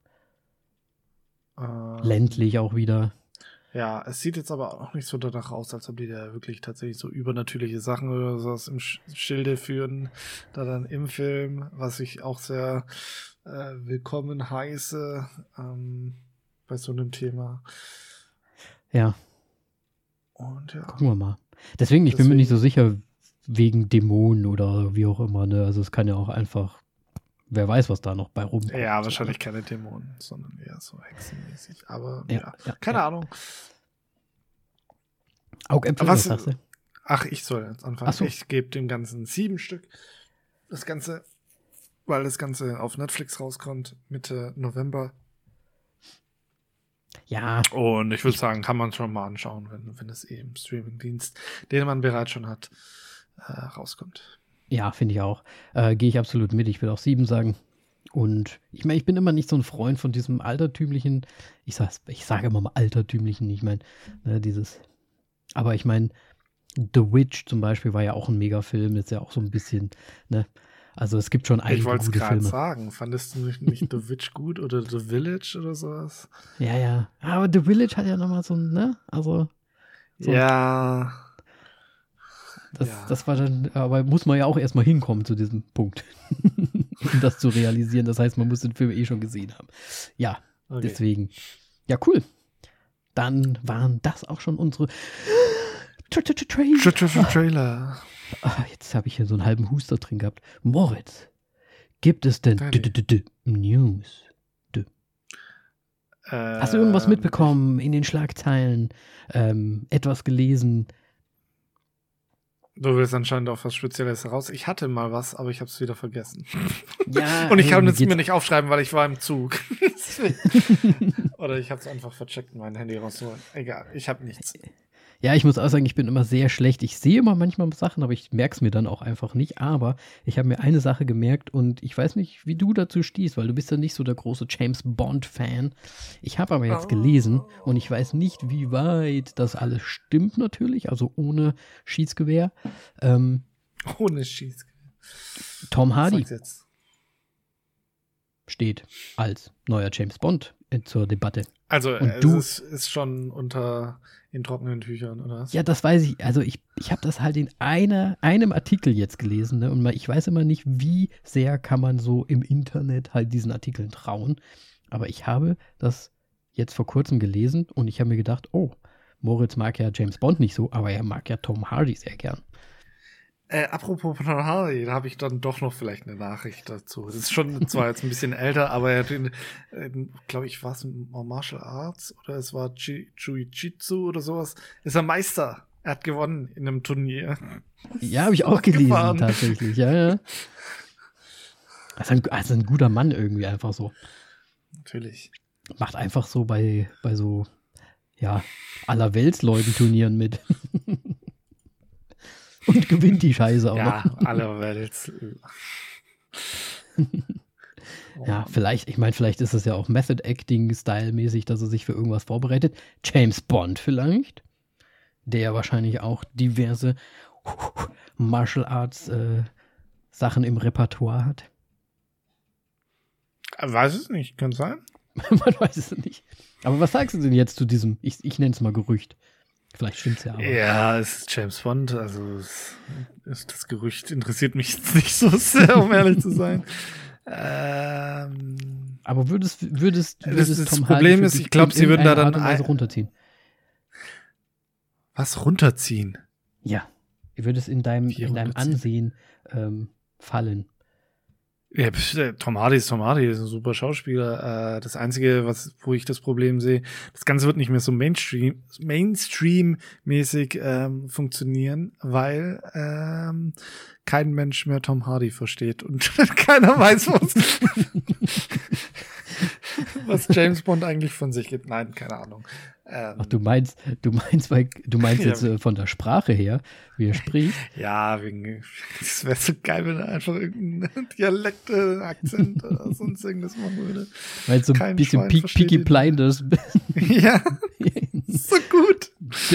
Ähm, Ländlich auch wieder. Ja, es sieht jetzt aber auch nicht so danach aus, als ob die da wirklich tatsächlich so übernatürliche Sachen oder sowas im Sch- Schilde führen. Da dann im Film, was ich auch sehr äh, willkommen heiße ähm, bei so einem Thema. Ja, Und ja, gucken wir mal. Deswegen, ich bin mir Deswegen- nicht so sicher, wegen Dämonen oder wie auch immer, ne? Also es kann ja auch einfach, wer weiß, was da noch bei rumkommt. ja, so, wahrscheinlich keine Dämonen, sondern eher so hexenmäßig. Aber Ja, ja, ja, keine ja. Ahnung. Augäpfel, Was- was sagst du? Ach, ich soll jetzt anfangen. Ach so. Ich gebe dem Ganzen sieben Stück. Das Ganze, weil das Ganze auf Netflix rauskommt, Mitte November. Ja, Und ich würde sagen, kann man schon mal anschauen, wenn, wenn es eh im Streamingdienst, den man bereits schon hat, äh, rauskommt. ja, finde ich auch. Äh, Gehe ich absolut mit. Ich will auch sieben sagen. Und ich meine, ich bin immer nicht so ein Freund von diesem altertümlichen, ich, sag's, ich sage immer mal altertümlichen, ich meine, ne, dieses, aber ich meine, The Witch zum Beispiel war ja auch ein Megafilm, ist ja auch so ein bisschen, ne, also es gibt schon Ich einige wollte es gute gerade Filme. sagen. Fandest du nicht, nicht The Witch gut oder The Village oder sowas? Ja, ja, aber The Village hat ja nochmal so ein, ne, also So. Ja. das, Ja. das war dann, aber muss man ja auch erstmal hinkommen zu diesem Punkt, um das zu realisieren. Das heißt, man muss den Film eh schon gesehen haben. Ja, Okay. deswegen. Ja, cool. Dann waren das auch schon unsere Tra- Tra- Tra- Trailer. Tra- Tra- Tra- Trailer. Ah, jetzt habe ich hier so einen halben Huster drin gehabt. Moritz, gibt es denn Daddy. d- d- d- d- News? Hast du irgendwas Ähm, mitbekommen in den Schlagzeilen? Ähm, etwas gelesen? Du willst anscheinend auf was Spezielles heraus. Ich hatte mal was, aber ich habe es wieder vergessen. Ja, Und ich also kann mir es geht's- mir nicht aufschreiben, weil ich war im Zug. Oder ich habe es einfach vercheckt, mein Handy rauszuholen. Egal, ich habe nichts. Ja, ich muss auch sagen, ich bin immer sehr schlecht. Ich sehe immer manchmal Sachen, aber ich merke es mir dann auch einfach nicht. Aber ich habe mir eine Sache gemerkt und ich weiß nicht, wie du dazu stehst, weil du bist ja nicht so der große James Bond-Fan. Ich habe aber jetzt gelesen und ich weiß nicht, wie weit das alles stimmt natürlich, also ohne Schießgewehr. Ähm, Ohne Schieß. Tom Hardy Sag's jetzt. steht als neuer James Bond äh, zur Debatte. Also, Und es du- ist, ist schon unter in trockenen Tüchern, oder? was? Ja, das weiß ich. Also ich, ich habe das halt in einer, einem Artikel jetzt gelesen, ne? Und mal, ich weiß immer nicht, wie sehr kann man so im Internet halt diesen Artikeln trauen. Aber ich habe das jetzt vor kurzem gelesen und ich habe mir gedacht, oh, Moritz mag ja James Bond nicht so, aber er mag ja Tom Hardy sehr gern. Äh, apropos Tom Hardy, da habe ich dann doch noch vielleicht eine Nachricht dazu. Das ist schon zwar jetzt ein bisschen älter, aber er hat den, äh, glaube ich, war es Martial Arts oder es war Ji- Jiu-Jitsu oder sowas. Ist er Meister. Er hat gewonnen in einem Turnier. Ja, habe ich auch gelesen Abgefahren. tatsächlich. Ja, ja. Also ein, also ein guter Mann irgendwie einfach so. Natürlich. Macht einfach so bei, bei so, ja, Allerweltsleuten Turnieren mit. Und gewinnt die Scheiße auch ja, noch. alle Welt. Ja, vielleicht, ich meine, vielleicht ist es ja auch Method Acting-Style-mäßig, dass er sich für irgendwas vorbereitet. James Bond vielleicht, der wahrscheinlich auch diverse Martial Arts äh, Sachen im Repertoire hat. Weiß es nicht, kann sein. Man weiß es nicht. Aber was sagst du denn jetzt zu diesem, ich, ich nenne es mal Gerücht. Vielleicht stimmt's ja aber. Ja, es ist James Bond, also es ist, das Gerücht interessiert mich jetzt nicht so sehr, um ehrlich zu sein. Ähm, aber würdest, würdest, würdest das, das Tom Problem Hardy ist, ich glaube, sie würden da dann ein, runterziehen. Was runterziehen? Ja, ihr würdest in deinem, Wie in deinem Ansehen ähm, fallen. Ja, Tom Hardy ist Tom Hardy, ist ein super Schauspieler. Äh, das Einzige, was, wo ich das Problem sehe, das Ganze wird nicht mehr so Mainstream, Mainstream-mäßig ähm, funktionieren, weil ähm, kein Mensch mehr Tom Hardy versteht und keiner weiß, was, was James Bond eigentlich von sich gibt. Nein, keine Ahnung. Ähm, Ach, du meinst, du meinst, weil, du meinst ja, jetzt äh, von der Sprache her, wie er spricht? Ja, wegen, es wäre so geil, wenn er einfach irgendeinen Dialekt, äh, Akzent oder sonst irgendwas machen würde. Weil so ein Kein bisschen Schwein Pe- versteht Peaky ihn. Blinders. Ja, so gut.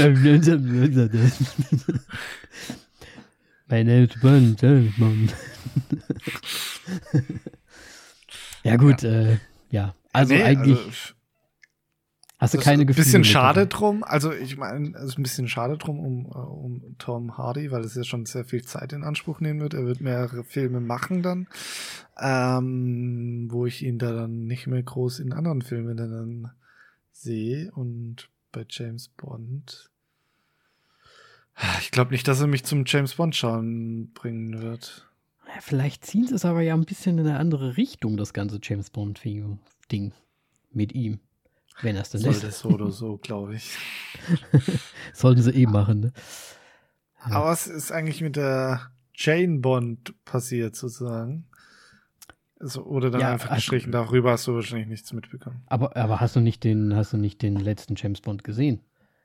Mein Name ist Bond, James Bond. Ja gut, ja, äh, ja. also nee, eigentlich also, hast du das keine ist ein Gefühle. bisschen schade dabei. drum, also ich meine, es ist ein bisschen schade drum um, um Tom Hardy, weil es ja schon sehr viel Zeit in Anspruch nehmen wird. Er wird mehrere Filme machen dann, ähm, wo ich ihn da dann nicht mehr groß in anderen Filmen dann sehe. Und bei James Bond, ich glaube nicht, dass er mich zum James Bond schauen bringen wird. Ja, vielleicht ziehen sie es aber ja ein bisschen in eine andere Richtung, das ganze James Bond-Ding mit ihm. Wenn er es denn Soll ist. das so oder so, glaube ich. Sollten sie eh machen, ne? Ja. Aber was ist eigentlich mit der Jane Bond passiert, sozusagen? Also, oder dann Ja, einfach also- gestrichen, darüber hast du wahrscheinlich nichts mitbekommen. Aber, aber hast du nicht den, hast du nicht den letzten James Bond gesehen?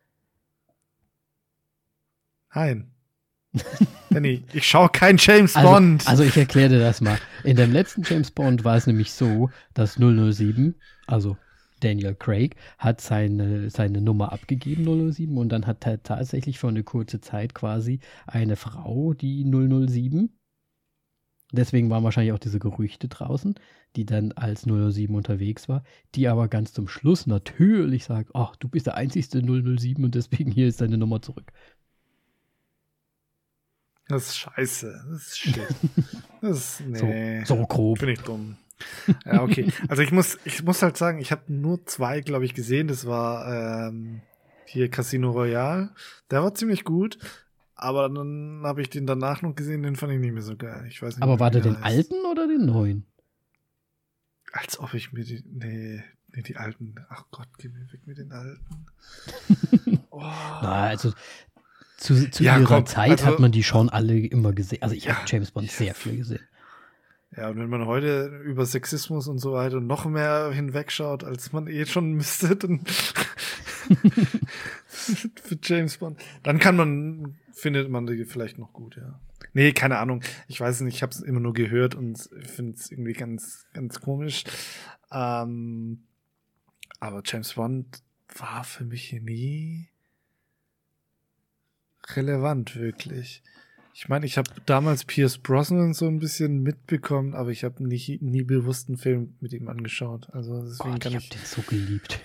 Nein. Danny, ich schaue kein James Also, Bond. also ich erkläre dir das mal. In dem letzten James Bond war es nämlich so, dass null null sieben, also Daniel Craig, hat seine, seine Nummer abgegeben, null null sieben, und dann hat er tatsächlich für eine kurze Zeit quasi eine Frau, die null null sieben, deswegen waren wahrscheinlich auch diese Gerüchte draußen, die dann als null null sieben unterwegs war, die aber ganz zum Schluss natürlich sagt, ach, du bist der einzigste null null sieben und deswegen hier ist deine Nummer zurück. Das ist scheiße. Das ist shit. Das ist, nee. So, so grob. Bin ich dumm. Ja, okay. Also ich muss, ich muss halt sagen, ich habe nur zwei, glaube ich, gesehen. Das war ähm, hier Casino Royale. Der war ziemlich gut. Aber dann habe ich den danach noch gesehen, den fand ich nicht mehr so geil. Ich weiß nicht Aber mehr, war wie der den heißt. alten oder den neuen? Als ob ich mir die. Nee, nee, die alten. Ach Gott, geh mir weg mit den alten. Oh. Na, also zu, zu Ja, ihrer komm, Zeit also- hat man die schon alle immer gesehen. Also ich Ja, habe James Bond ja. sehr viel gesehen. Ja, und wenn man heute über Sexismus und so weiter noch mehr hinwegschaut, als man eh schon müsste, dann für James Bond, dann kann man, findet man die vielleicht noch gut, ja. Nee, keine Ahnung. Ich weiß nicht, ich habe es immer nur gehört und finde es irgendwie ganz, ganz komisch. Ähm, aber James Bond war für mich nie relevant, wirklich. Ich meine, ich habe damals Pierce Brosnan so ein bisschen mitbekommen, aber ich habe nie, nie bewusst einen Film mit ihm angeschaut. Also deswegen Gott, kann ich ich. habe den so geliebt.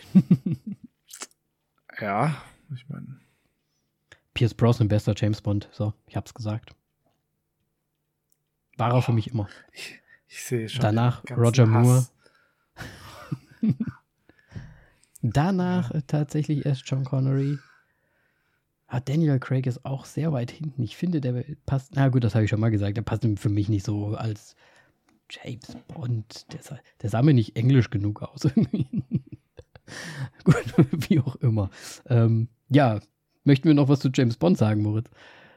Ja, ich meine. Pierce Brosnan, bester James Bond. So, ich hab's gesagt. War er für mich immer. Ich, ich sehe schon. Danach den ganzen Roger Moore. Hass. Danach äh, tatsächlich erst Sean Connery. Ah, Daniel Craig ist auch sehr weit hinten. Ich finde, der passt. Na gut, das habe ich schon mal gesagt. Der passt für mich nicht so als James Bond. Der sah, der sah mir nicht englisch genug aus. Gut, wie auch immer. Ähm, ja, möchten wir noch was zu James Bond sagen, Moritz?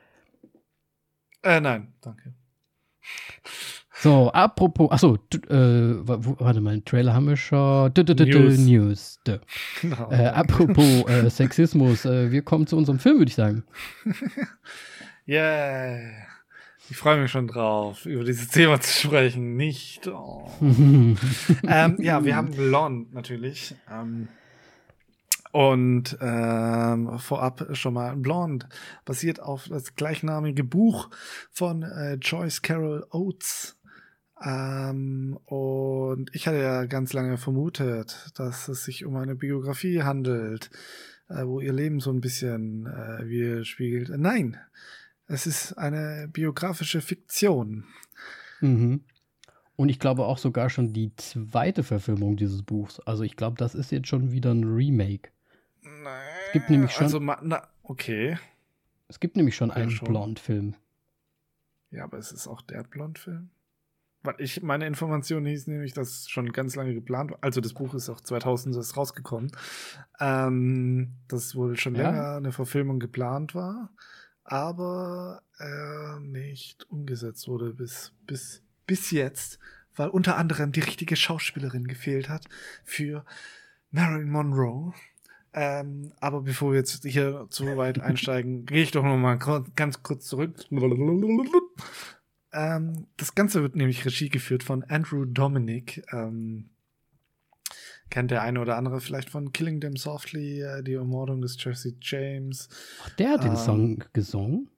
Äh, nein, danke. So, apropos, achso, äh, warte mal, einen Trailer haben wir schon. D -d -d -d News. News. D Genau. äh, apropos äh, Sexismus, äh, wir kommen zu unserem Film, würde ich sagen. Yeah. Ich freue mich schon drauf, über dieses Thema zu sprechen. Nicht. Oh. ähm, ja, wir haben Blonde natürlich. Ähm, und ähm, vorab schon mal Blonde basiert auf das gleichnamige Buch von äh, Joyce Carol Oates. Ähm, und ich hatte ja ganz lange vermutet, dass es sich um eine Biografie handelt, äh, wo ihr Leben so ein bisschen äh, widerspiegelt. Nein. Es ist eine biografische Fiktion. Mhm. Und ich glaube auch sogar schon die zweite Verfilmung dieses Buchs. Also ich glaube, das ist jetzt schon wieder ein Remake. Nein, es gibt nämlich schon, also, na, okay. Es gibt nämlich schon Ja, einen schon. Blond-Film. Ja, aber es ist auch der Blond-Film. Weil ich, meine Information hieß nämlich, dass es schon ganz lange geplant war. Also das Buch ist auch zweitausend ist rausgekommen. Ähm, dass wohl schon Ja? länger eine Verfilmung geplant war. Aber äh, nicht umgesetzt wurde bis, bis, bis jetzt, weil unter anderem die richtige Schauspielerin gefehlt hat für Marilyn Monroe. Ähm, aber bevor wir jetzt hier zu weit einsteigen, gehe ich doch noch mal ganz kurz zurück. Ähm, das Ganze wird nämlich Regie geführt von Andrew Dominik. Ähm, kennt der eine oder andere vielleicht von Killing Them Softly, äh, die Ermordung des Jesse James. Ach, der hat den Ähm, Song gesungen?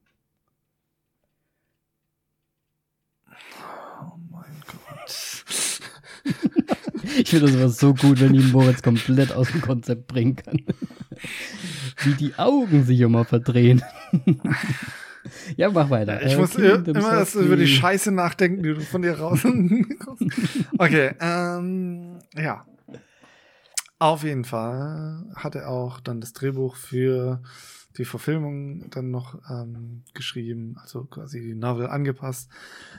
Oh mein Gott. Ich finde das immer so gut, wenn ihn Moritz komplett aus dem Konzept bringen kann. Wie die Augen sich immer verdrehen. Ja, mach weiter. Ich äh, muss Killing Them immer erst Softly. über die Scheiße nachdenken, die du von dir raus. Okay, ähm, ja. Auf jeden Fall hat er auch dann das Drehbuch für die Verfilmung dann noch ähm, geschrieben, also quasi die Novel angepasst.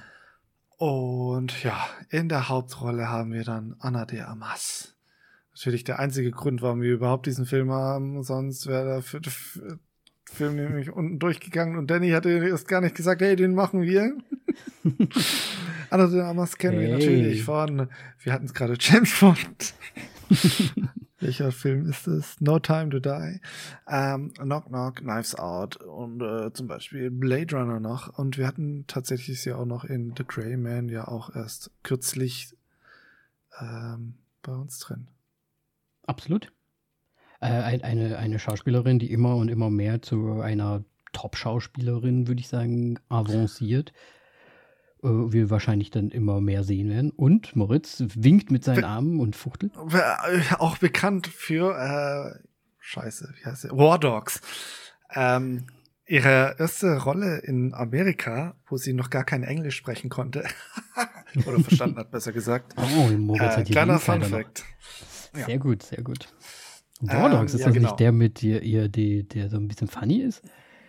Und ja, in der Hauptrolle haben wir dann Ana de Armas. Natürlich der einzige Grund, warum wir überhaupt diesen Film haben, sonst wäre der F- F- Film nämlich unten durchgegangen und Danny hatte erst gar nicht gesagt, hey, den machen wir. Ana de Armas kennen wir Hey. natürlich von, wir hatten es gerade, James Bond. Welcher Film ist es? No Time to Die. Ähm, Knock Knock, Knives Out und äh, zum Beispiel Blade Runner noch. Und wir hatten tatsächlich sie auch noch in The Gray Man ja auch erst kürzlich ähm, bei uns drin. Absolut. Äh, ein- eine, eine Schauspielerin, die immer und immer mehr zu einer Top-Schauspielerin, würde ich sagen, avanciert. Äh, wir wahrscheinlich dann immer mehr sehen werden. Und Moritz winkt mit seinen Be- Armen und fuchtelt. Äh, Auch bekannt für, äh, scheiße, wie heißt sie? War Dogs. Ähm, ihre erste Rolle in Amerika, wo sie noch gar kein Englisch sprechen konnte. Oder verstanden hat, besser gesagt. Oh, Moritz Äh, hat hier kleiner die Fun Insider noch. Fact. Ja. Sehr gut, sehr gut. War Dogs, Ähm, ist ja, das genau. nicht der mit ihr, ihr die, der so ein bisschen funny ist?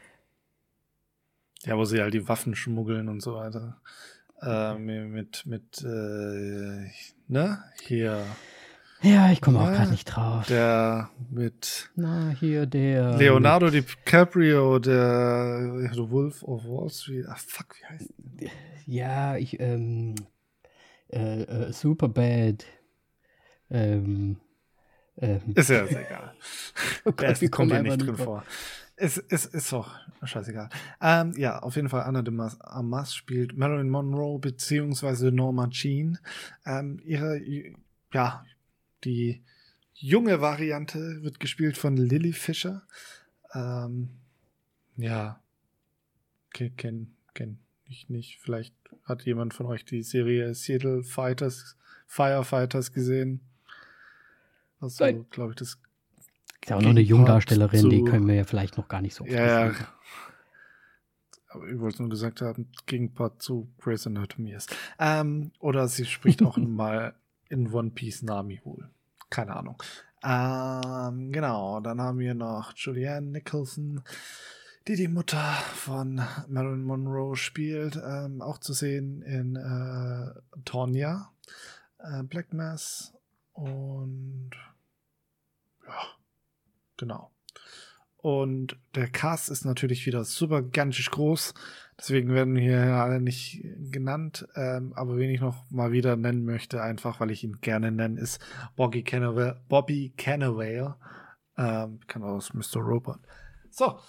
Ja, wo sie halt die Waffen schmuggeln und so weiter. Äh, mit, mit, äh, ne? Hier. Ja, ich komme auch Ja, gerade nicht drauf. Der mit Na, hier der. Leonardo DiCaprio, der The Wolf of Wall Street. Ach, fuck, wie heißt der? Mit, ja, ich, ähm. Äh, äh, Superbad. Ähm. ähm Ist ja ist egal. oh Der Gott, ist, wir kommt kommen hier einfach nicht drin vor. Ist, ist, ist doch scheißegal. Ähm, ja, auf jeden Fall Ana de Mas- Armas spielt Marilyn Monroe beziehungsweise Norma Jean. Ähm, ihre, ja, die junge Variante wird gespielt von Lily Fisher. Ähm, ja, kenn, kenn, kenn ich nicht. Vielleicht hat jemand von euch die Serie Seattle Fighters, Firefighters gesehen. Also, Nein. glaube ich, das Ist ja auch noch eine Gegenpart Jungdarstellerin, die zu- können wir ja vielleicht noch gar nicht so oft Ja, sehen. aber ich wollte es nur gesagt haben, Gegenpart zu Grey's Anatomy ist. Ähm, oder sie spricht auch mal in One Piece Nami wohl. Keine Ahnung. Ähm, genau, dann haben wir noch Julianne Nicholson, die die Mutter von Marilyn Monroe spielt. Ähm, auch zu sehen in äh, Tonya, äh, Black Mass und ja, genau. Und der Cast ist natürlich wieder super gigantisch groß. Deswegen werden hier alle nicht genannt. Ähm, aber wen ich noch mal wieder nennen möchte, einfach weil ich ihn gerne nenne, ist Bobby Cannavale. Bobby Cannavale. Ähm, kann aus Mister Robot. So,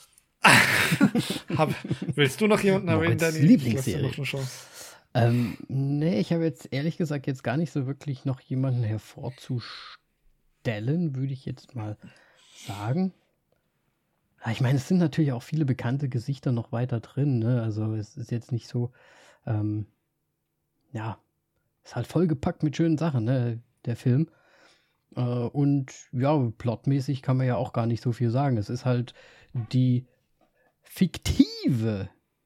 Hab, willst du noch jemanden erwähnen, Moritz' Danny? Lieblingsserie. Ich lasse dir noch eine Chance. Ähm, nee, ich habe jetzt ehrlich gesagt jetzt gar nicht so wirklich noch jemanden hervorzustellen, würde ich jetzt mal sagen. Ich meine, es sind natürlich auch viele bekannte Gesichter noch weiter drin, ne? Also es ist jetzt nicht so, ähm, ja, ist halt vollgepackt mit schönen Sachen, ne, der Film. Äh, und ja, plotmäßig kann man ja auch gar nicht so viel sagen. Es ist halt die fiktive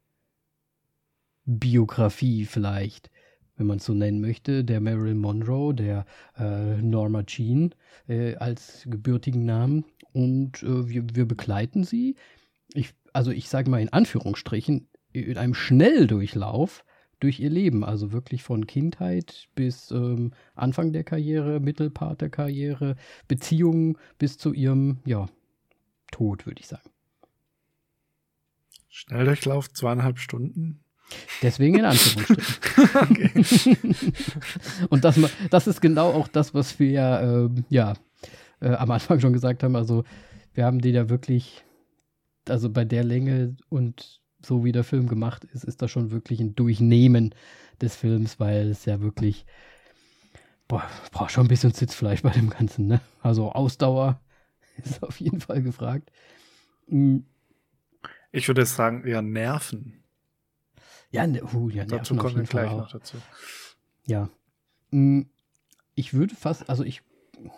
Biografie vielleicht, wenn man es so nennen möchte, der Marilyn Monroe, der äh, Norma Jean äh, als gebürtigen Namen. Und äh, wir, wir begleiten sie, ich, also ich sage mal in Anführungsstrichen, in einem Schnelldurchlauf durch ihr Leben. Also wirklich von Kindheit bis ähm, Anfang der Karriere, Mittelpart der Karriere, Beziehungen bis zu ihrem, ja, Tod, würde ich sagen. Schnelldurchlauf, zweieinhalb Stunden. Deswegen in Anführungsstrichen. Und das, das ist genau auch das, was wir äh, ja äh, am Anfang schon gesagt haben. Also wir haben die da wirklich, also bei der Länge und so wie der Film gemacht ist, ist das schon wirklich ein Durchnehmen des Films, weil es ja wirklich, boah, braucht schon ein bisschen Sitzfleisch bei dem Ganzen, ne? Also Ausdauer ist auf jeden Fall gefragt. Mhm. Ich würde sagen, eher Nerven. Ja, ne, uh, ja, dazu Nerven auf kommen wir jeden Fall gleich auch. noch dazu. Ja. Mhm. Ich würde fast, also ich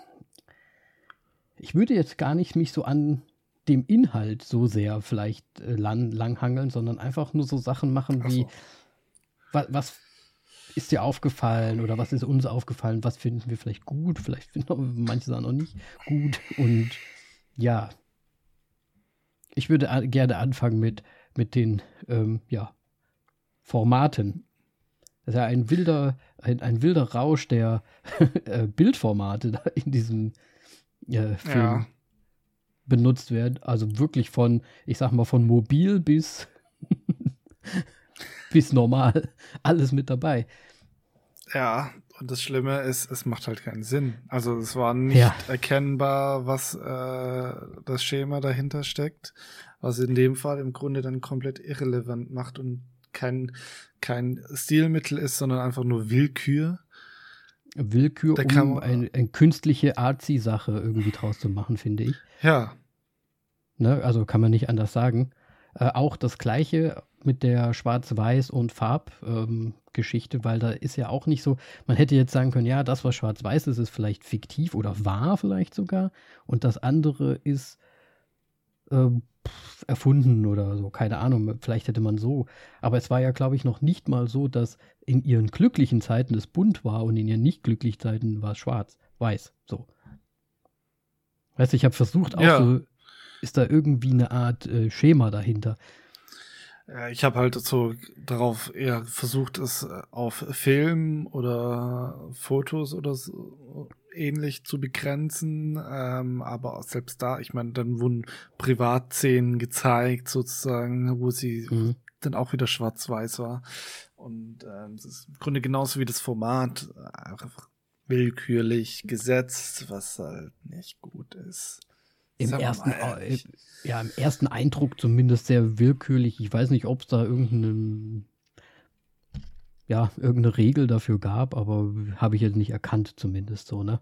ich würde jetzt gar nicht mich so an dem Inhalt so sehr vielleicht äh, lang, langhangeln, sondern einfach nur so Sachen machen wie, so. wa, was ist dir aufgefallen oder was ist uns aufgefallen, was finden wir vielleicht gut, vielleicht finden manche Sachen auch nicht gut und ja, ich würde a- gerne anfangen mit, mit den, ähm, ja, Formaten. Das ist ja ein wilder, ein, ein wilder Rausch der äh, Bildformate da in diesem äh, Film Ja. benutzt werden. Also wirklich von, ich sag mal, von mobil bis, bis normal. Alles mit dabei. Ja, und das Schlimme ist, es macht halt keinen Sinn. Also es war nicht Ja. erkennbar, was äh, das Schema dahinter steckt, was in dem Fall im Grunde dann komplett irrelevant macht und kein, kein Stilmittel ist, sondern einfach nur Willkür. Willkür, Da kann um man- eine, eine künstliche Artsy-Sache irgendwie draus zu machen, finde ich. Ja, Ne? Also kann man nicht anders sagen. Äh, auch das Gleiche mit der Schwarz-Weiß- und Farb-Geschichte, weil da ist ja auch nicht so, man hätte jetzt sagen können, ja, das, was Schwarz-Weiß ist, ist vielleicht fiktiv oder wahr vielleicht sogar und das andere ist ähm, pff, erfunden oder so, keine Ahnung, vielleicht hätte man so. Aber es war ja, glaube ich, noch nicht mal so, dass in ihren glücklichen Zeiten es bunt war und in ihren nicht glücklichen Zeiten war es schwarz-weiß, so. Weißt du, ich habe versucht, auch Ja. so, ist da irgendwie eine Art äh, Schema dahinter. Ja, ich habe halt so darauf eher versucht, es auf Film oder Fotos oder so ähnlich zu begrenzen, ähm, aber selbst da, ich meine, dann wurden Privatszenen gezeigt, sozusagen, wo sie Mhm. dann auch wieder schwarz-weiß war. Und ähm, es ist im Grunde genauso wie das Format, äh, einfach willkürlich gesetzt, was halt nicht gut ist. Im Sagen wir ersten, mal ehrlich. äh, ja, im ersten Eindruck zumindest sehr willkürlich. Ich weiß nicht, ob es da irgendeine, ja, irgendeine Regel dafür gab, aber habe ich jetzt nicht erkannt zumindest so, ne?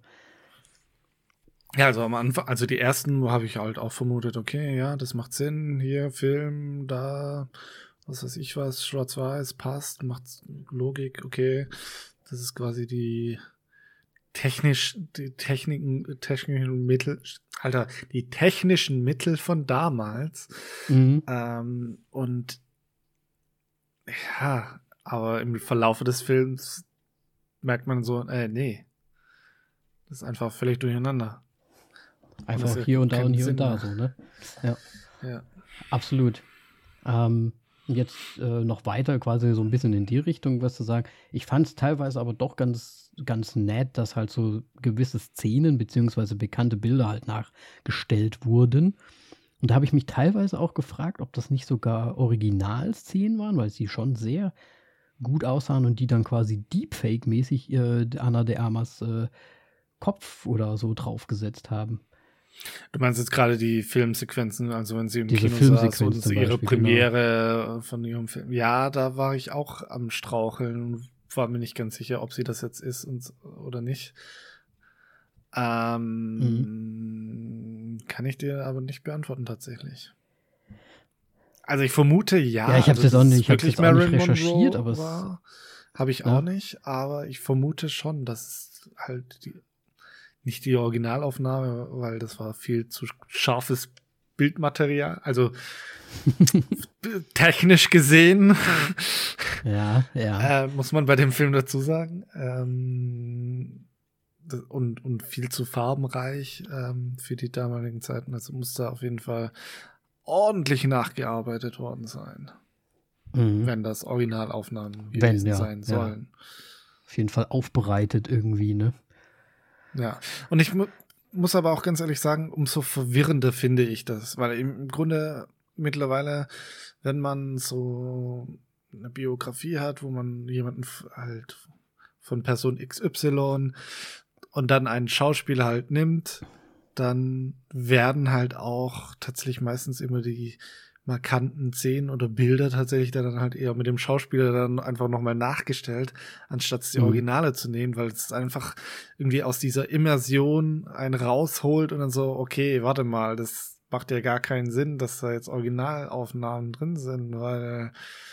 Ja, also am Anfang, also die ersten habe ich halt auch vermutet, okay, ja, das macht Sinn, hier Film, da, was weiß ich was, schwarz-weiß, passt, macht Logik, okay. Das ist quasi die technisch, die Techniken, technischen Mittel, Alter, die technischen Mittel von damals. Mhm. Ähm, und ja, aber im Verlauf des Films merkt man so, äh, nee. Das ist einfach völlig durcheinander. Einfach das hier und da keinen und hier Sinn und da macht. so, ne? Ja, Ja. absolut. Ähm, jetzt äh, noch weiter quasi so ein bisschen in die Richtung, was zu sagen. Ich fand es teilweise aber doch ganz, ganz nett, dass halt so gewisse Szenen beziehungsweise bekannte Bilder halt nachgestellt wurden. Und da habe ich mich teilweise auch gefragt, ob das nicht sogar Originalszenen waren, weil sie schon sehr gut aussahen und die dann quasi Deepfake-mäßig äh, Ana de Armas äh, Kopf oder so draufgesetzt haben. Du meinst jetzt gerade die Filmsequenzen, also wenn sie im Diese Kino saß und Filmsequenz zum ihre Beispiel, Premiere von ihrem Film. Ja, da war ich auch am Straucheln und war mir nicht ganz sicher, ob sie das jetzt ist und, oder nicht. Ähm, Mhm. Kann ich dir aber nicht beantworten tatsächlich. Also ich vermute ja. Ja, ich hab's also jetzt auch dass nicht- es ich hab's wirklich jetzt auch nicht Marilyn recherchiert, Monroe aber es- war. Habe ich Ja. auch nicht, aber ich vermute schon, dass es halt die, nicht die Originalaufnahme, weil das war viel zu scharfes Bildmaterial, also technisch gesehen, Ja, ja. äh, muss man bei dem Film dazu sagen. Ähm, das- und, und viel zu farbenreich ähm, für die damaligen Zeiten. Also muss da auf jeden Fall ordentlich nachgearbeitet worden sein, Mhm. wenn das Originalaufnahmen Wenn, gewesen ja, sein ja. sollen. Auf jeden Fall aufbereitet irgendwie, ne? Ja, und ich mu muss aber auch ganz ehrlich sagen, umso verwirrender finde ich das, weil im im Grunde mittlerweile, wenn man so eine Biografie hat, wo man jemanden f- halt von Person X Y und dann einen Schauspieler halt nimmt, dann werden halt auch tatsächlich meistens immer die markanten Szenen oder Bilder tatsächlich dann halt eher mit dem Schauspieler dann einfach nochmal nachgestellt, anstatt die Mhm. Originale zu nehmen, weil es einfach irgendwie aus dieser Immersion einen rausholt und dann so, okay, warte mal, das macht ja gar keinen Sinn, dass da jetzt Originalaufnahmen drin sind, weil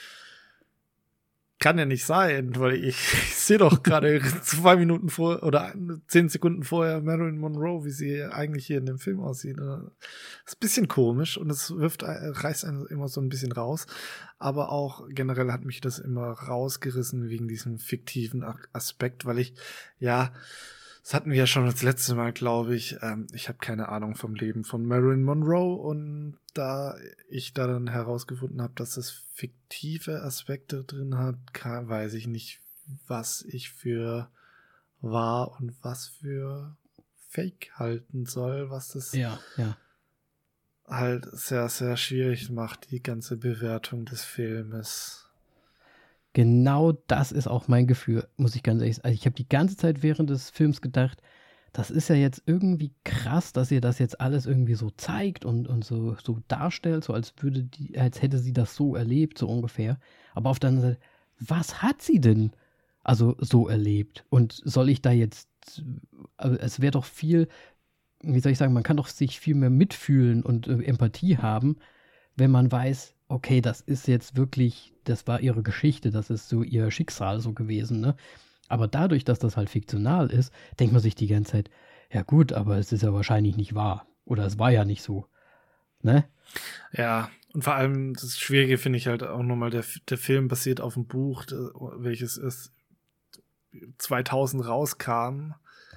kann ja nicht sein, weil ich, ich sehe doch gerade zwei Minuten vor oder zehn Sekunden vorher Marilyn Monroe, wie sie eigentlich hier in dem Film aussieht. Das ist ein bisschen komisch und es wirft, reißt einen immer so ein bisschen raus. Aber auch generell hat mich das immer rausgerissen wegen diesem fiktiven Aspekt, weil ich, ja, das hatten wir ja schon das letzte Mal, glaube ich. Ähm, ich habe keine Ahnung vom Leben von Marilyn Monroe und da ich da dann herausgefunden habe, dass es fiktive Aspekte drin hat, kann, weiß ich nicht, was ich für wahr und was für Fake halten soll, was das Ja, ja. halt sehr, sehr schwierig macht, die ganze Bewertung des Filmes. Genau das ist auch mein Gefühl, muss ich ganz ehrlich sagen. Also ich habe die ganze Zeit während des Films gedacht, das ist ja jetzt irgendwie krass, dass ihr das jetzt alles irgendwie so zeigt und, und so, so darstellt, so als würde die, als hätte sie das so erlebt, so ungefähr. Aber auf der anderen Seite, was hat sie denn also so erlebt? Und soll ich da jetzt, also es wäre doch viel, wie soll ich sagen, man kann doch sich viel mehr mitfühlen und äh, Empathie haben, wenn man weiß, okay, das ist jetzt wirklich, das war ihre Geschichte, das ist so ihr Schicksal so gewesen, ne? Aber dadurch, dass das halt fiktional ist, denkt man sich die ganze Zeit, ja gut, aber es ist ja wahrscheinlich nicht wahr. Oder es war ja nicht so, ne? Ja, und vor allem das Schwierige finde ich halt auch nochmal, der, der Film basiert auf einem Buch, welches ist zweitausend rauskam,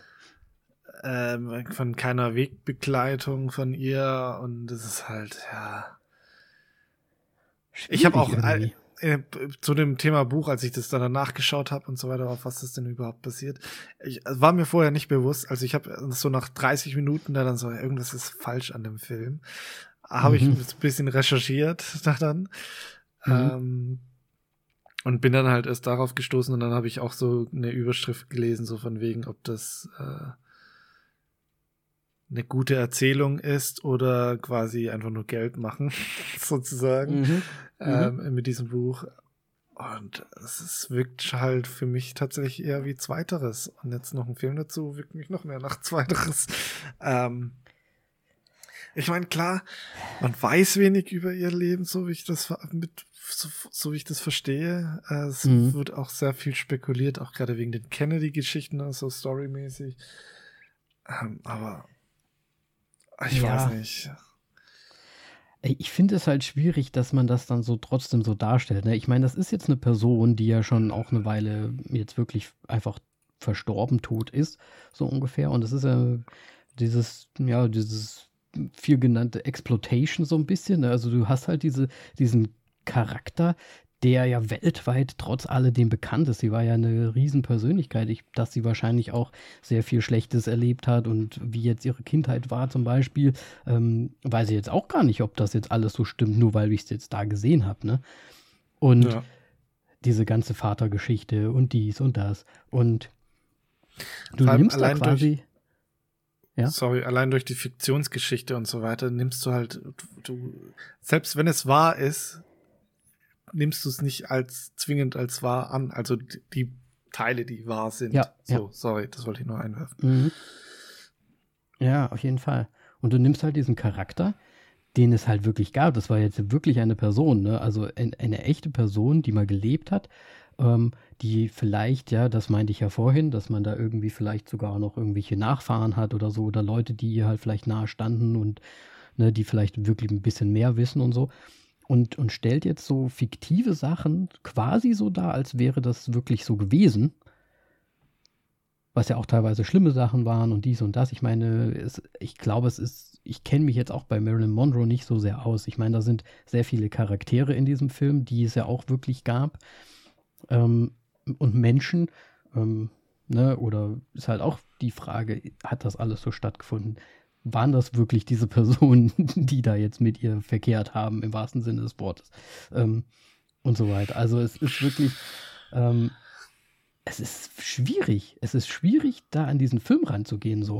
ähm, von keiner Wegbegleitung von ihr und das ist halt, ja. Ich habe auch äh, äh, zu dem Thema Buch, als ich das dann danach geschaut habe und so weiter, auf was das denn überhaupt passiert, ich, war mir vorher nicht bewusst, also ich habe so nach dreißig Minuten da dann so, irgendwas ist falsch an dem Film, habe Mhm. ich ein bisschen recherchiert da dann Mhm. ähm, und bin dann halt erst darauf gestoßen und dann habe ich auch so eine Überschrift gelesen, so von wegen, ob das äh, eine gute Erzählung ist oder quasi einfach nur Geld machen, sozusagen, Mhm. ähm, mit diesem Buch. Und es ist, wirkt halt für mich tatsächlich eher wie Zweiteres. Und jetzt noch ein Film dazu wirkt mich noch mehr nach Zweiteres. Ähm, ich meine, klar, man weiß wenig über ihr Leben, so wie ich das mit, so, so wie ich das verstehe. Äh, es Mhm. wird auch sehr viel spekuliert, auch gerade wegen den Kennedy-Geschichten, also storymäßig. Ähm, aber ich Ja. weiß nicht. Ey, ich finde es halt schwierig, dass man das dann so trotzdem so darstellt. Ne? Ich meine, das ist jetzt eine Person, die ja schon auch eine Weile jetzt wirklich einfach verstorben, tot ist, so ungefähr. Und es ist ja dieses, ja, dieses viel genannte Exploitation so ein bisschen. Ne? Also du hast halt diese, diesen Charakter, der ja weltweit trotz alledem bekannt ist. Sie war ja eine Riesenpersönlichkeit, ich, dass sie wahrscheinlich auch sehr viel Schlechtes erlebt hat und wie jetzt ihre Kindheit war zum Beispiel, ähm, weiß ich jetzt auch gar nicht, ob das jetzt alles so stimmt, nur weil ich es jetzt da gesehen habe, ne? Und Ja. diese ganze Vatergeschichte und dies und das. Und du Vor allem nimmst da allein quasi. Ja? Sorry, allein durch die Fiktionsgeschichte und so weiter nimmst du halt, du, selbst wenn es wahr ist, nimmst du es nicht als zwingend als wahr an. Also die, die Teile, die wahr sind. Ja, so, ja. sorry, das wollte ich nur einwerfen. Mhm. Ja, auf jeden Fall. Und du nimmst halt diesen Charakter, den es halt wirklich gab. Das war jetzt wirklich eine Person, ne? Also ein, eine echte Person, die mal gelebt hat, ähm, die vielleicht, ja, das meinte ich ja vorhin, dass man da irgendwie vielleicht sogar noch irgendwelche Nachfahren hat oder so, oder Leute, die ihr halt vielleicht nahe standen und ne, die vielleicht wirklich ein bisschen mehr wissen und so. Und, und stellt jetzt so fiktive Sachen quasi so dar, als wäre das wirklich so gewesen. Was ja auch teilweise schlimme Sachen waren und dies und das. Ich meine, es, ich glaube, es ist, ich kenne mich jetzt auch bei Marilyn Monroe nicht so sehr aus. Ich meine, da sind sehr viele Charaktere in diesem Film, die es ja auch wirklich gab. Ähm, und Menschen, ähm, ne, oder ist halt auch die Frage, hat das alles so stattgefunden? Waren das wirklich diese Personen, die da jetzt mit ihr verkehrt haben, im wahrsten Sinne des Wortes? Ähm, und so weiter. Also es ist wirklich, ähm, es ist schwierig. Es ist schwierig, da an diesen Film ranzugehen, so.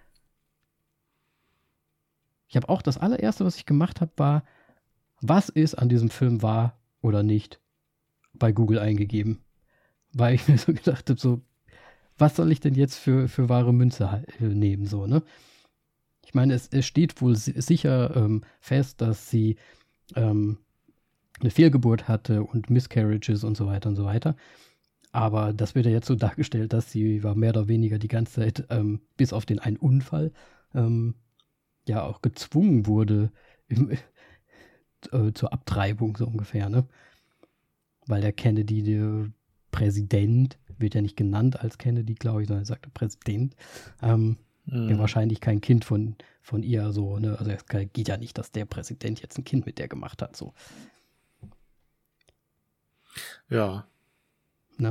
Ich habe auch das allererste, was ich gemacht habe, war, was ist an diesem Film wahr oder nicht, bei Google eingegeben. Weil ich mir so gedacht habe, so, was soll ich denn jetzt für, für wahre Münze halt, äh, nehmen, so, ne? Ich meine, es, es steht wohl si- sicher ähm, fest, dass sie ähm, eine Fehlgeburt hatte und Miscarriages und so weiter und so weiter. Aber das wird ja jetzt so dargestellt, dass sie war mehr oder weniger die ganze Zeit, ähm, bis auf den einen Unfall, ähm, ja auch gezwungen wurde im, äh, zur Abtreibung, so ungefähr, ne? Weil der Kennedy, der Präsident, wird ja nicht genannt als Kennedy, glaube ich, sondern er sagte Präsident, ähm, Mhm. ja wahrscheinlich kein Kind von, von ihr, so, ne? Also es geht ja nicht, dass der Präsident jetzt ein Kind mit der gemacht hat, so, Ja. ne?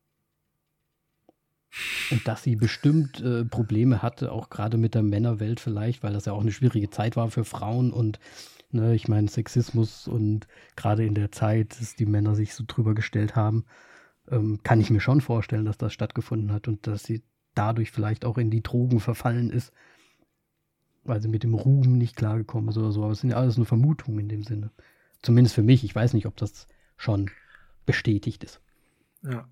Und dass sie bestimmt äh, Probleme hatte, auch gerade mit der Männerwelt vielleicht, weil das ja auch eine schwierige Zeit war für Frauen und ne, ich meine Sexismus und gerade in der Zeit, dass die Männer sich so drüber gestellt haben, ähm, kann ich mir schon vorstellen, dass das stattgefunden hat und dass sie dadurch vielleicht auch in die Drogen verfallen ist, weil sie mit dem Ruhm nicht klargekommen ist oder so. Aber es sind ja alles nur Vermutungen in dem Sinne. Zumindest für mich. Ich weiß nicht, ob das schon bestätigt ist. Ja.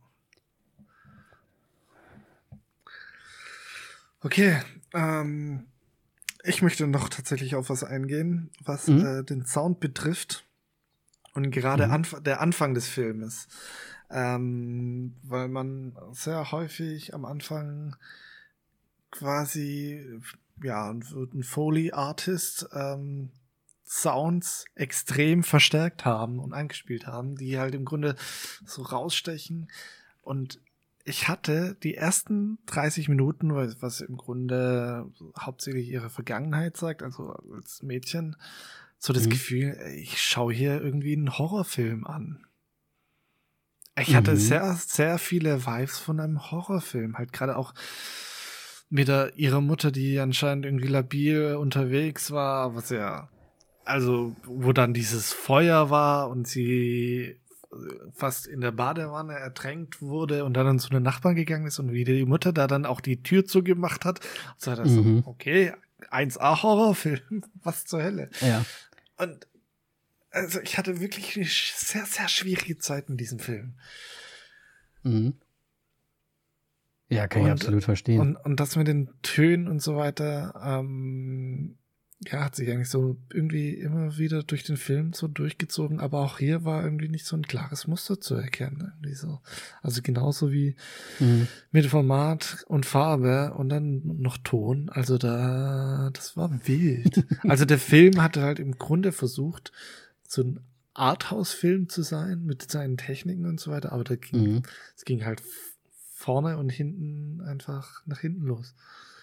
Okay, ähm, ich möchte noch tatsächlich auf was eingehen, was Mhm. äh, den Sound betrifft und gerade Mhm. anf- der Anfang des Filmes, ähm, weil man sehr häufig am Anfang quasi, ja, ein ein Foley-Artist ähm, Sounds extrem verstärkt haben und eingespielt haben, die halt im Grunde so rausstechen. Und ich hatte die ersten dreißig Minuten, was was im Grunde hauptsächlich ihre Vergangenheit sagt, also als Mädchen, so das Mhm. Gefühl, ey, ich schaue hier irgendwie einen Horrorfilm an. Ich hatte Mhm. sehr, sehr viele Vibes von einem Horrorfilm, halt gerade auch mit der, ihrer Mutter, die anscheinend irgendwie labil unterwegs war, was ja, also wo dann dieses Feuer war und sie fast in der Badewanne ertränkt wurde und dann zu den Nachbarn gegangen ist und wie die Mutter da dann auch die Tür zugemacht hat. Und so hat er so, Mhm. okay, eins A Horrorfilm, was zur Hölle. Ja. Und also ich hatte wirklich eine sch- sehr, sehr schwierige Zeit mit diesem Film. Mhm. Ja, kann ich Und, absolut verstehen. und, und das mit den Tönen und so weiter, ähm, ja, hat sich eigentlich so irgendwie immer wieder durch den Film so durchgezogen, aber auch hier war irgendwie nicht so ein klares Muster zu erkennen. Irgendwie so. Also genauso wie Mhm. mit Format und Farbe und dann noch Ton. Also da, das war wild. Also der Film hatte halt im Grunde versucht, so ein Arthouse-Film zu sein mit seinen Techniken und so weiter, aber da ging, Mhm. es ging halt f- vorne und hinten einfach nach hinten los.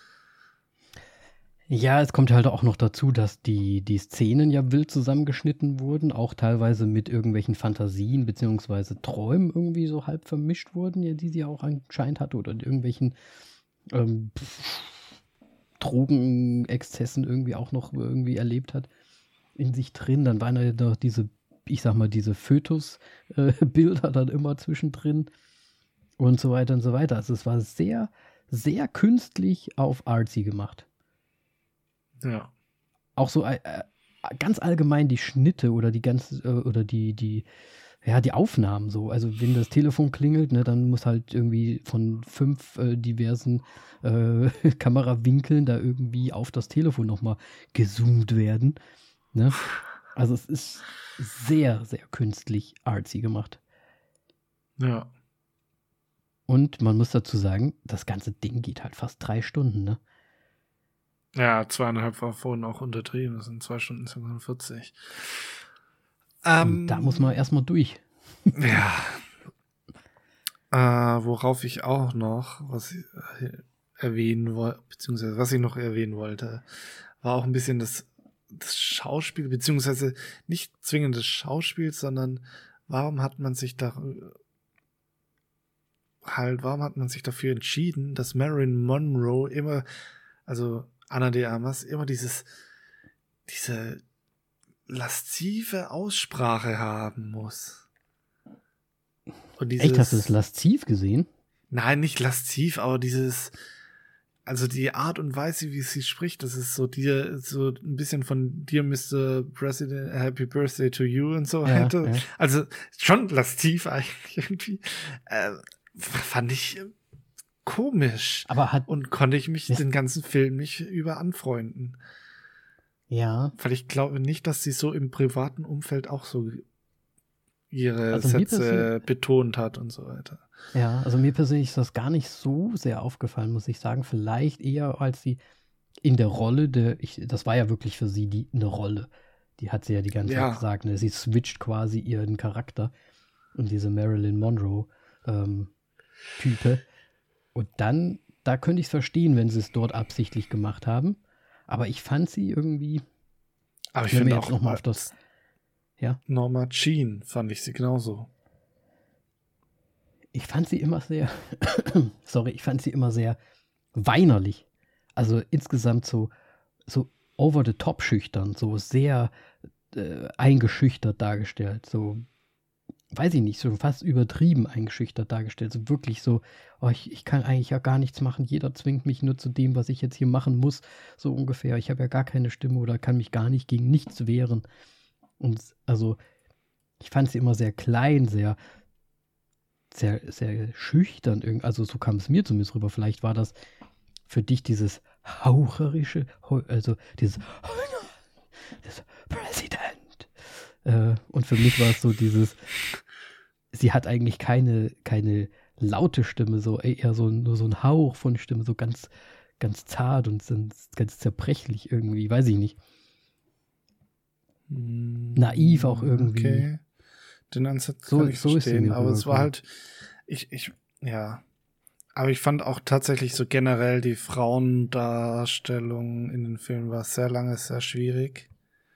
Ja, es kommt halt auch noch dazu, dass die, die Szenen ja wild zusammengeschnitten wurden, auch teilweise mit irgendwelchen Fantasien beziehungsweise Träumen irgendwie so halb vermischt wurden, ja, die sie auch anscheinend hatte oder irgendwelchen ähm, pff, Drogenexzessen irgendwie auch noch irgendwie erlebt hat in sich drin. Dann waren ja noch diese, ich sag mal, diese Fötus-Bilder dann immer zwischendrin und so weiter und so weiter. Also es war sehr, sehr künstlich auf artsy gemacht. Ja. Auch so äh, ganz allgemein die Schnitte oder die ganze, äh, oder die, die, ja, die Aufnahmen so. Also wenn das Telefon klingelt, ne, dann muss halt irgendwie von fünf äh, diversen äh, Kamerawinkeln da irgendwie auf das Telefon nochmal gezoomt werden. Ne? Also es ist sehr, sehr künstlich artsy gemacht. Ja. Und man muss dazu sagen, das ganze Ding geht halt fast drei Stunden, ne? Ja, zweieinhalb war vorhin auch untertrieben. Das sind zwei Stunden fünfundvierzig. Ähm, da muss man erstmal durch. Ja. Äh, worauf ich auch noch was ich, äh, erwähnen wollte, beziehungsweise was ich noch erwähnen wollte, war auch ein bisschen das, das Schauspiel, beziehungsweise nicht zwingend das Schauspiel, sondern warum hat man sich da halt, warum hat man sich dafür entschieden, dass Marilyn Monroe immer, also Ana de Armas, immer dieses, diese laszive Aussprache haben muss. Und dieses, Echt, hast du das lasziv gesehen? Nein, nicht lasziv, aber dieses, also die Art und Weise, wie sie spricht, das ist so dir, so ein bisschen von Dear Mister President, Happy Birthday to you und so Ja, weiter. ja. Also schon lasziv eigentlich irgendwie. Äh, fand ich komisch. Aber hat, Und konnte ich mich Ist- den ganzen Film nicht über anfreunden. ja, Weil ich glaube nicht, dass sie so im privaten Umfeld auch so ihre Also mir Sätze betont hat und so weiter. ja, also mir persönlich ist das gar nicht so sehr aufgefallen, muss ich sagen. Vielleicht eher als sie in der Rolle der, ich, das war ja wirklich für sie die eine Rolle. Die hat sie ja die ganze Ja. Zeit gesagt, ne? Sie switcht quasi ihren Charakter und diese Marilyn Monroe ähm, Type. Und dann, da könnte ich es verstehen, wenn sie es dort absichtlich gemacht haben. Aber ich fand sie irgendwie, Aber ich wenn wir finde jetzt auch nochmal auf das, ja, Norma Jean fand ich sie genauso. ich fand sie immer sehr, sorry, ich fand sie immer sehr weinerlich. Also insgesamt so, so over the top schüchtern, so sehr äh, eingeschüchtert dargestellt, so, weiß ich nicht, so fast übertrieben eingeschüchtert dargestellt, so wirklich so, oh, ich, ich kann eigentlich ja gar nichts machen, jeder zwingt mich nur zu dem, was ich jetzt hier machen muss, so ungefähr, ich habe ja gar keine Stimme oder kann mich gar nicht gegen nichts wehren. Und also, ich fand sie immer sehr klein, sehr, sehr, sehr schüchtern, irgend- also so kam es mir zumindest rüber, vielleicht war das für dich dieses haucherische, hau- also dieses, das Präsident. Äh, und für mich war es so dieses, sie hat eigentlich keine, keine laute Stimme, so eher so nur so ein Hauch von Stimme, so ganz, ganz zart und so- ganz zerbrechlich irgendwie, weiß ich nicht. Naiv auch irgendwie. Okay. Den Ansatz So- kann ich so ist sie verstehen, mir aber es war rübergekommen. halt, ich, ich, ja. Aber ich fand auch tatsächlich so generell die Frauendarstellung in den Filmen war sehr lange sehr schwierig.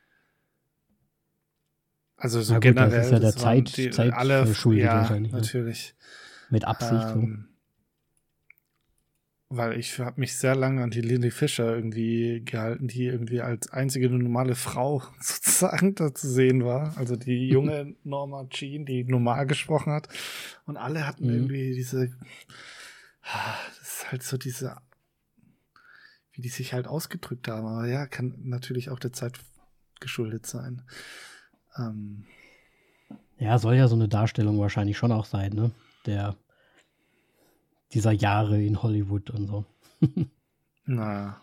Also so Na gut, das generell. ist ja der das waren Zeit- die, Zeit alle, verschuldet ja, wahrscheinlich, ne? natürlich. Mit Absicht. so. Ähm, weil ich habe mich sehr lange an die Lily Fisher irgendwie gehalten, die irgendwie als einzige normale Frau sozusagen da zu sehen war. Also die junge Norma Jean, die normal gesprochen hat. Und alle hatten Mhm. irgendwie diese, das ist halt so diese, wie die sich halt ausgedrückt haben. Aber ja, kann natürlich auch der Zeit geschuldet sein. Ähm, Ja, soll ja so eine Darstellung wahrscheinlich schon auch sein, ne? Der dieser Jahre in Hollywood und so. naja.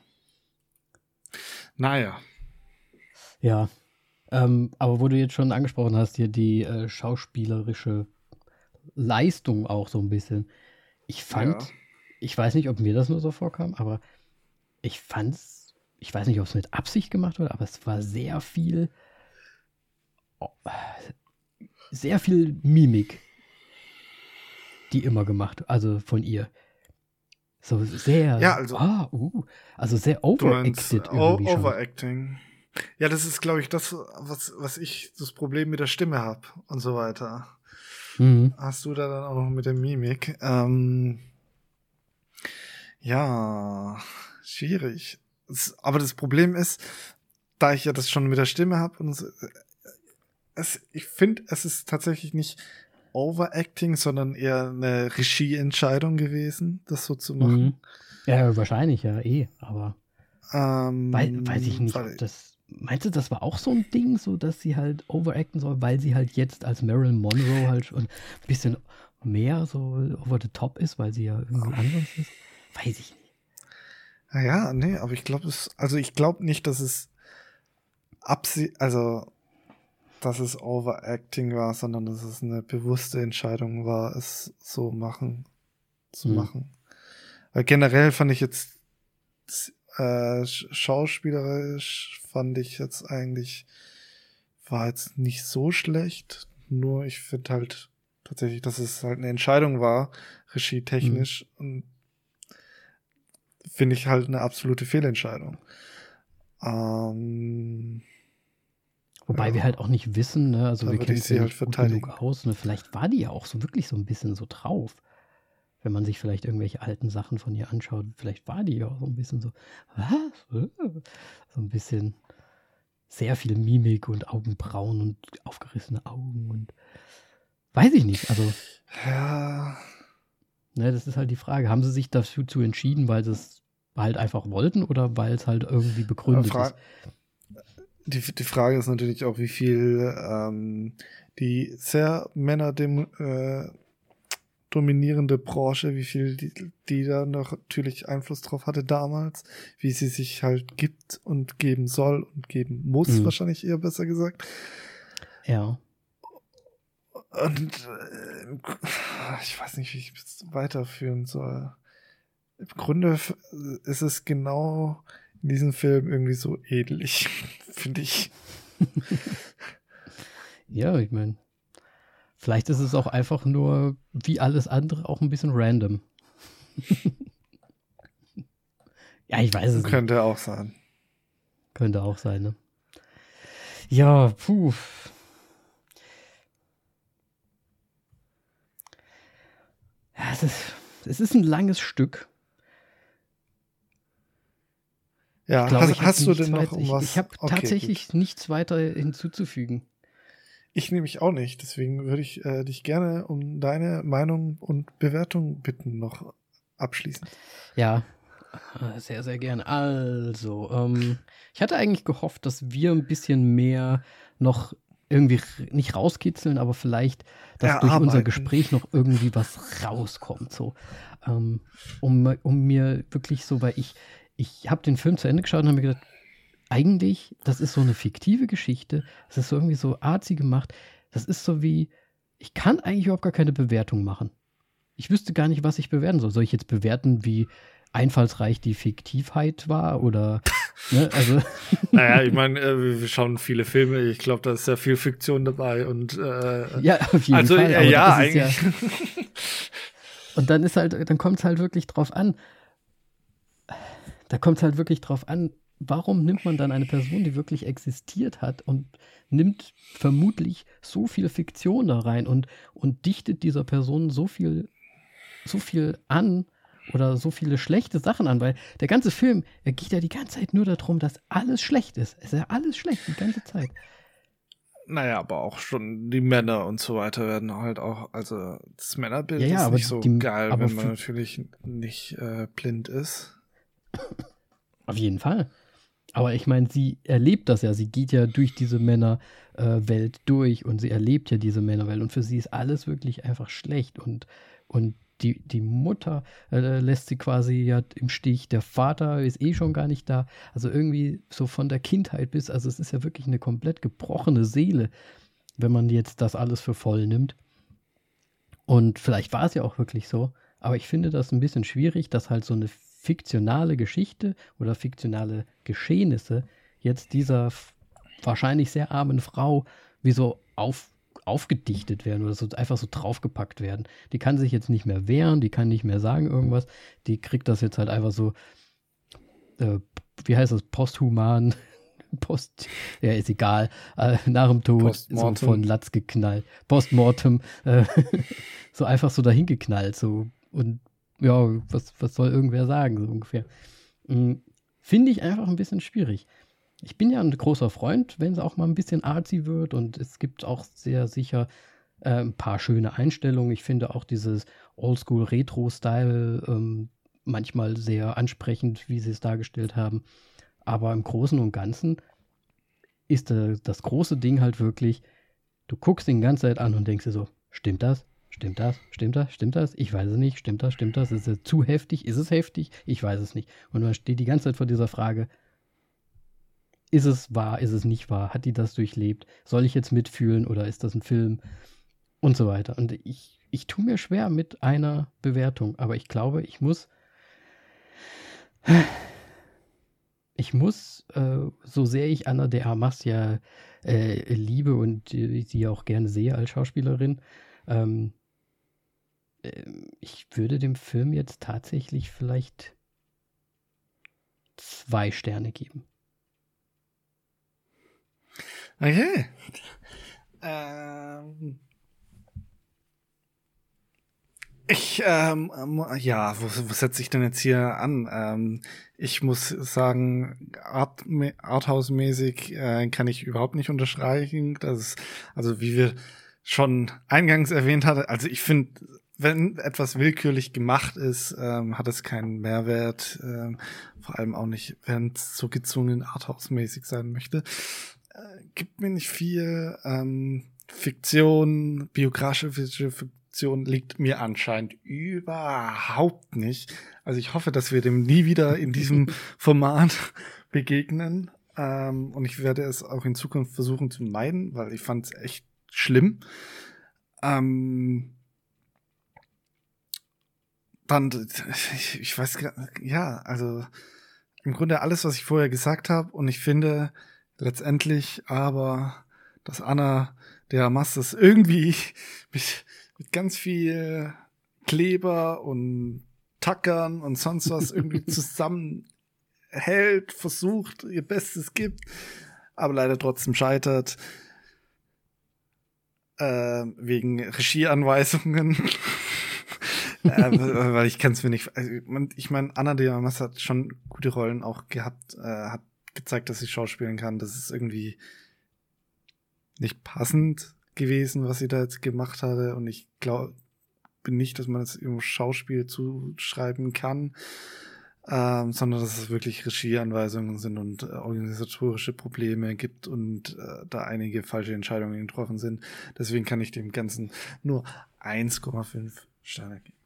Naja. Ja. Ähm, aber wo du jetzt schon angesprochen hast, hier die äh, schauspielerische Leistung auch so ein bisschen. Ich fand, Ja. ich weiß nicht, ob mir das nur so vorkam, aber ich fand's, ich weiß nicht, ob es mit Absicht gemacht wurde, aber es war sehr viel, oh, sehr viel Mimik, die immer gemacht, also von ihr. So sehr, Ja, also- ah, uh, also sehr Du meinst overacted o- irgendwie schon. Overacting. Ja, das ist, glaube ich, das, was, was ich das Problem mit der Stimme habe und so weiter. Mhm. Hast du da dann auch noch mit der Mimik? Ähm, ja, schwierig. Es, aber das Problem ist, da ich ja das schon mit der Stimme habe und so, es, ich finde, es ist tatsächlich nicht Overacting, sondern eher eine Regieentscheidung gewesen, das so zu machen. Mhm. Ja, wahrscheinlich, ja, eh, aber Ähm, Weil, weiß ich nicht, ob das, meinst du, das war auch so ein Ding, so dass sie halt overacten soll, weil sie halt jetzt als Marilyn Monroe halt schon ein bisschen mehr so over the top ist, weil sie ja irgendwie anders ist? Weiß ich nicht. Naja, nee, aber ich glaube es, also ich glaube nicht, dass es Absicht, also dass es Overacting war, sondern dass es eine bewusste Entscheidung war, es so machen, zu Hm. machen. Weil generell fand ich jetzt äh, schauspielerisch fand ich jetzt eigentlich, war jetzt nicht so schlecht, nur ich finde halt tatsächlich, dass es halt eine Entscheidung war, regietechnisch, Hm. und finde ich halt eine absolute Fehlentscheidung. Ähm, Wobei ja. wir halt auch nicht wissen, ne? Also Da wir würde kennen ich sie sie ja halt nicht gut verteidigen. genug aus. Ne? Vielleicht war die ja auch so wirklich so ein bisschen so drauf. Wenn man sich vielleicht irgendwelche alten Sachen von ihr anschaut, vielleicht war die ja auch so ein bisschen so, was? So ein bisschen sehr viel Mimik und Augenbrauen und aufgerissene Augen und weiß ich nicht. Also, Ja, ne, das ist halt die Frage. Haben sie sich dazu entschieden, weil sie es halt einfach wollten oder weil es halt irgendwie begründet Fra- ist? die, die Frage ist natürlich auch, wie viel ähm, die sehr männerdem äh, dominierende Branche, wie viel die, die da noch natürlich Einfluss drauf hatte damals, wie sie sich halt gibt und geben soll und geben muss, Mhm. wahrscheinlich eher besser gesagt. Ja. Und äh, ich weiß nicht, wie ich es weiterführen soll. Im Grunde f- ist es genau in diesem Film irgendwie so ähnlich, finde ich. Ja, ich meine, vielleicht ist es auch einfach nur, wie alles andere, auch ein bisschen random. Ja, ich weiß es nicht. Könnte auch sein. Könnte auch sein, ne? Ja, puh. Ja, es ist, es ist ein langes Stück. Ja, Ich glaube, hast, ich hab hast du nichts denn noch weiter- um ich, was? Ich habe Okay, tatsächlich gut. nichts weiter hinzuzufügen. Ich nehme mich auch nicht, deswegen würde ich äh, dich gerne um deine Meinung und Bewertung bitten, noch abschließend. Ja, äh, sehr, sehr gerne. Also, ähm, ich hatte eigentlich gehofft, dass wir ein bisschen mehr noch irgendwie r- nicht rauskitzeln, aber vielleicht, dass durch unser Erarbeiten. Gespräch noch irgendwie was rauskommt. So, ähm, um, um mir wirklich so, weil ich, ich habe den Film zu Ende geschaut und habe mir gedacht, eigentlich, das ist so eine fiktive Geschichte, es ist so irgendwie so artsy gemacht, das ist so wie, ich kann eigentlich überhaupt gar keine Bewertung machen. Ich wüsste gar nicht, was ich bewerten soll. Soll ich jetzt bewerten, wie einfallsreich die Fiktivheit war oder, ne, also. Naja, ich meine, äh, wir schauen viele Filme, ich glaube, da ist sehr viel Fiktion dabei und äh, Ja, auf jeden also, Fall. äh, aber ja, das ist ja, eigentlich. und dann ist halt, dann kommt es halt wirklich drauf an. Da kommt es halt wirklich drauf an, warum nimmt man dann eine Person, die wirklich existiert hat und nimmt vermutlich so viel Fiktion da rein und, und dichtet dieser Person so viel, so viel an oder so viele schlechte Sachen an, weil der ganze Film, er geht ja die ganze Zeit nur darum, dass alles schlecht ist. Es ist ja alles schlecht, die ganze Zeit. Naja, aber auch schon die Männer und so weiter werden halt auch, also das Männerbild Ja, ja, ist aber nicht so die- geil, aber wenn man für- natürlich nicht äh, blind ist. Auf jeden Fall. Aber ich meine, sie erlebt das ja. Sie geht ja durch diese Männerwelt äh, Welt durch und sie erlebt ja diese Männerwelt. Und für sie ist alles wirklich einfach schlecht. Und, und die, die Mutter äh, lässt sie quasi ja im Stich. Der Vater ist eh schon gar nicht da. Also irgendwie so von der Kindheit bis, also es ist ja wirklich eine komplett gebrochene Seele, wenn man jetzt das alles für voll nimmt. Und vielleicht war es ja auch wirklich so. Aber ich finde das ein bisschen schwierig, dass halt so eine fiktionale Geschichte oder fiktionale Geschehnisse jetzt dieser f- wahrscheinlich sehr armen Frau wie so auf, aufgedichtet werden oder so einfach so draufgepackt werden. Die kann sich jetzt nicht mehr wehren, die kann nicht mehr sagen irgendwas, die kriegt das jetzt halt einfach so, äh, wie heißt das, posthuman, Post, ja, ist egal, äh, nach dem Tod so Postmortem. von Latz geknallt, Postmortem, äh, so einfach so dahin geknallt, so und ja, was, was soll irgendwer sagen, so ungefähr. Mhm. Finde ich einfach ein bisschen schwierig. Ich bin ja ein großer Freund, wenn es auch mal ein bisschen artsy wird und es gibt auch sehr sicher äh, ein paar schöne Einstellungen. Ich finde auch dieses Oldschool-Retro-Style ähm, manchmal sehr ansprechend, wie sie es dargestellt haben. Aber im Großen und Ganzen ist das große Ding halt wirklich, du guckst ihn die ganze Zeit an und denkst dir so, stimmt das? Stimmt das? Stimmt das? Stimmt das? Ich weiß es nicht. Stimmt das? Stimmt das? Ist es zu heftig? Ist es heftig? Ich weiß es nicht. Und man steht die ganze Zeit vor dieser Frage, ist es wahr? Ist es nicht wahr? Hat die das durchlebt? Soll ich jetzt mitfühlen oder ist das ein Film? Und so weiter. Und ich, ich tue mir schwer mit einer Bewertung, aber ich glaube, ich muss ich muss, äh, so sehr ich Ana de Armas ja äh, liebe und äh, sie auch gerne sehe als Schauspielerin, ähm, äh, ich würde dem Film jetzt tatsächlich vielleicht zwei Sterne geben. Okay. Ähm, ich, ähm, ja, wo, wo setze ich denn jetzt hier an? Ähm, ich muss sagen, Art, Arthouse-mäßig äh, kann ich überhaupt nicht unterstreichen. Das ist, also wie wir schon eingangs erwähnt hatten, also ich finde, wenn etwas willkürlich gemacht ist, ähm, hat es keinen Mehrwert. Ähm, vor allem auch nicht, wenn es so gezwungen Arthouse-mäßig sein möchte. Äh, gibt mir nicht viel. Ähm, Fiktion, biografische Fiktion liegt mir anscheinend überhaupt nicht. Also ich hoffe, dass wir dem nie wieder in diesem Format begegnen. Ähm, und ich werde es auch in Zukunft versuchen zu meiden, weil ich fand es echt schlimm. Ähm, dann, ich, ich weiß, ja, also im Grunde alles, was ich vorher gesagt habe. Und ich finde letztendlich aber, dass Ana de Armas das irgendwie mit, mit ganz viel Kleber und Tackern und sonst was irgendwie zusammenhält, versucht, ihr Bestes gibt, aber leider trotzdem scheitert. Äh, wegen Regieanweisungen. äh, weil ich kann es mir nicht. Also, ich meine, Ana de Armas hat schon gute Rollen auch gehabt, äh, hat gezeigt, dass sie schauspielen kann. Das ist irgendwie nicht passend gewesen, was sie da jetzt gemacht hatte. Und ich glaube bin nicht, dass man das im Schauspiel zuschreiben kann, ähm, sondern dass es wirklich Regieanweisungen sind und äh, organisatorische Probleme gibt und äh, da einige falsche Entscheidungen getroffen sind. Deswegen kann ich dem Ganzen nur eins Komma fünf Sterne geben.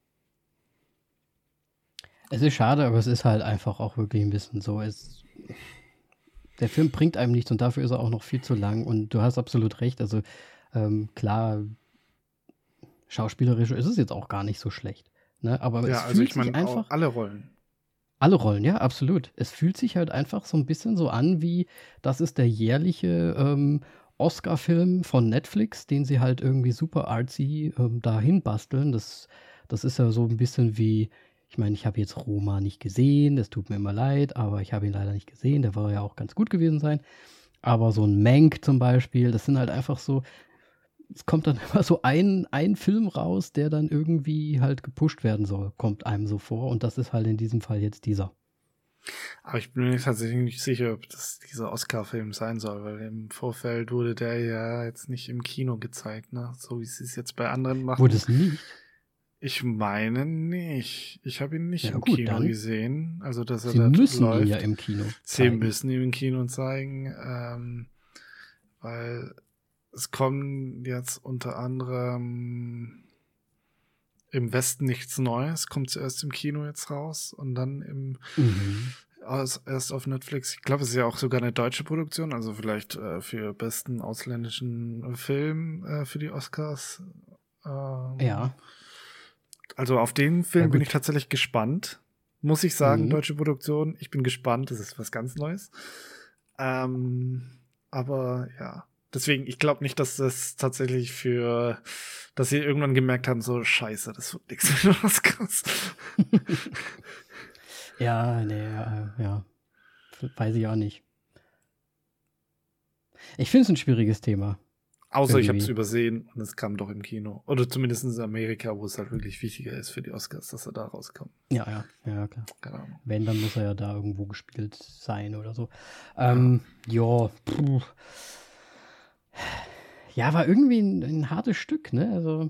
Es ist schade, aber es ist halt einfach auch wirklich ein bisschen so. Es, der Film bringt einem nichts und dafür ist er auch noch viel zu lang. Und du hast absolut recht. Also ähm, klar, schauspielerisch ist es jetzt auch gar nicht so schlecht. Ne? Aber ja, es also fühlt ich meine, sich einfach alle Rollen. Alle Rollen, ja, absolut. Es fühlt sich halt einfach so ein bisschen so an, wie das ist der jährliche ähm, Oscar-Film von Netflix, den sie halt irgendwie super artsy ähm, dahin basteln. Das, das ist ja so ein bisschen wie, ich meine, ich habe jetzt Roma nicht gesehen, das tut mir immer leid, aber ich habe ihn leider nicht gesehen, der war ja auch ganz gut gewesen sein. Aber so ein Mank zum Beispiel, das sind halt einfach so, es kommt dann immer so ein, ein Film raus, der dann irgendwie halt gepusht werden soll, kommt einem so vor. Und das ist halt in diesem Fall jetzt dieser. Aber ich bin mir tatsächlich nicht sicher, ob das dieser Oscar-Film sein soll, weil im Vorfeld wurde der ja jetzt nicht im Kino gezeigt, ne? So wie sie es jetzt bei anderen machen. Wurde es nicht? Ich meine nicht. Ich habe ihn nicht Ja, im gut, Kino dann. gesehen. Also, dass er Sie da müssen läuft. ihn ja im Kino Sie zeigen. müssen ihn im Kino zeigen, ähm, weil es kommen jetzt unter anderem im Westen nichts Neues, kommt zuerst im Kino jetzt raus und dann im Mhm. aus, erst auf Netflix. Ich glaube, es ist ja auch sogar eine deutsche Produktion, also vielleicht äh, für besten ausländischen Film äh, für die Oscars. Ähm, Ja. Also auf den Film Ja, bin gut. ich tatsächlich gespannt. Muss ich sagen, Mhm. deutsche Produktion. Ich bin gespannt, das ist was ganz Neues. Ähm, aber ja, deswegen, ich glaube nicht, dass das tatsächlich für, dass sie irgendwann gemerkt haben, so scheiße, das wird nichts für den Oscars. Ja, nee, ja, ja. Weiß ich auch nicht. Ich finde es ein schwieriges Thema. Außer ich habe es Irgendwie. übersehen und es kam doch im Kino. Oder zumindest in Amerika, wo es halt wirklich wichtiger ist für die Oscars, dass er da rauskommt. Ja, ja, ja, klar. Keine Ahnung. Wenn, dann muss er ja da irgendwo gespielt sein oder so. Ähm, ja, puh. Ja, war irgendwie ein, ein hartes Stück, ne? Also,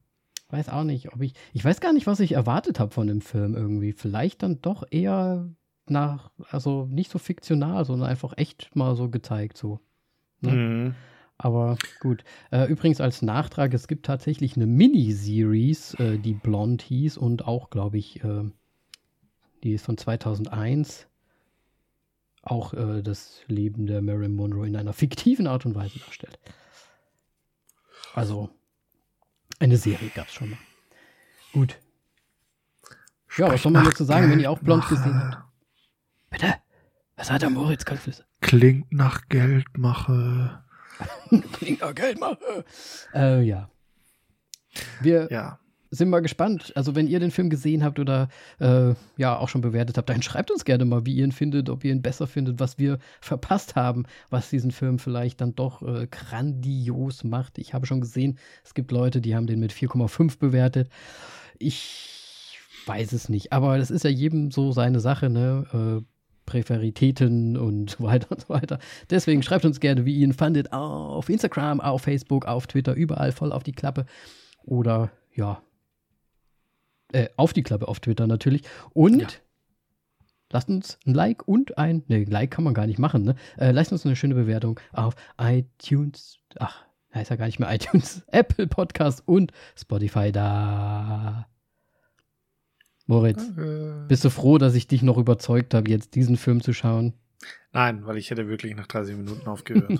weiß auch nicht, ob ich, ich weiß gar nicht, was ich erwartet habe von dem Film irgendwie. Vielleicht dann doch eher nach, also nicht so fiktional, sondern einfach echt mal so gezeigt, so. Ne? Mhm. Aber gut. Äh, übrigens als Nachtrag, es gibt tatsächlich eine Miniseries, äh, die Blonde hieß und auch, glaube ich, äh, die ist von zweitausendeins. Auch äh, das Leben der Marilyn Monroe in einer fiktiven Art und Weise darstellt. Also, eine Serie gab es schon mal. Gut. Ja, was soll man dazu sagen, wenn ihr auch Blond gesehen habt? Bitte? Was hat der Moritz Kaltflüsse? Klingt nach Geldmache. Klingt nach Geldmache. Äh, ja. Wir Ja. sind mal gespannt. Also, wenn ihr den Film gesehen habt oder äh, ja auch schon bewertet habt, dann schreibt uns gerne mal, wie ihr ihn findet, ob ihr ihn besser findet, was wir verpasst haben, was diesen Film vielleicht dann doch äh, grandios macht. Ich habe schon gesehen, es gibt Leute, die haben den mit vier Komma fünf bewertet. Ich weiß es nicht, aber das ist ja jedem so seine Sache, ne? Äh, Präferitäten und so weiter und so weiter. Deswegen schreibt uns gerne, wie ihr ihn fandet, auf Instagram, auf Facebook, auf Twitter, überall voll auf die Klappe. Oder, ja, äh, auf die Klappe auf Twitter natürlich. Und ja. Lasst uns ein Like und ein, ne, Like kann man gar nicht machen, ne? Äh, lasst uns eine schöne Bewertung auf iTunes, ach, heißt ja gar nicht mehr iTunes, Apple Podcast und Spotify da. Moritz, Danke. Bist du froh, dass ich dich noch überzeugt habe, jetzt diesen Film zu schauen? Nein, weil ich hätte wirklich nach dreißig Minuten aufgehört.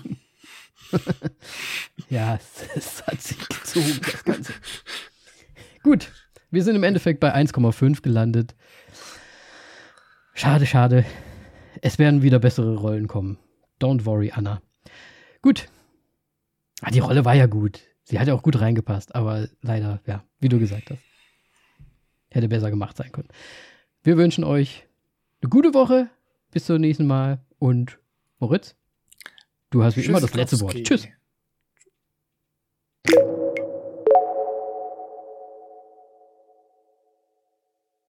Ja, es, es hat sich gezogen, das Ganze. Gut, wir sind im Endeffekt bei eins Komma fünf gelandet. Schade, schade. Es werden wieder bessere Rollen kommen. Don't worry, Anna. Gut. Ah, die Rolle war ja gut. Sie hat ja auch gut reingepasst, aber leider, ja, wie du gesagt hast. Hätte besser gemacht sein können. Wir wünschen euch eine gute Woche. Bis zum nächsten Mal. Und Moritz, du hast wie immer das letzte Wort. Tschüss.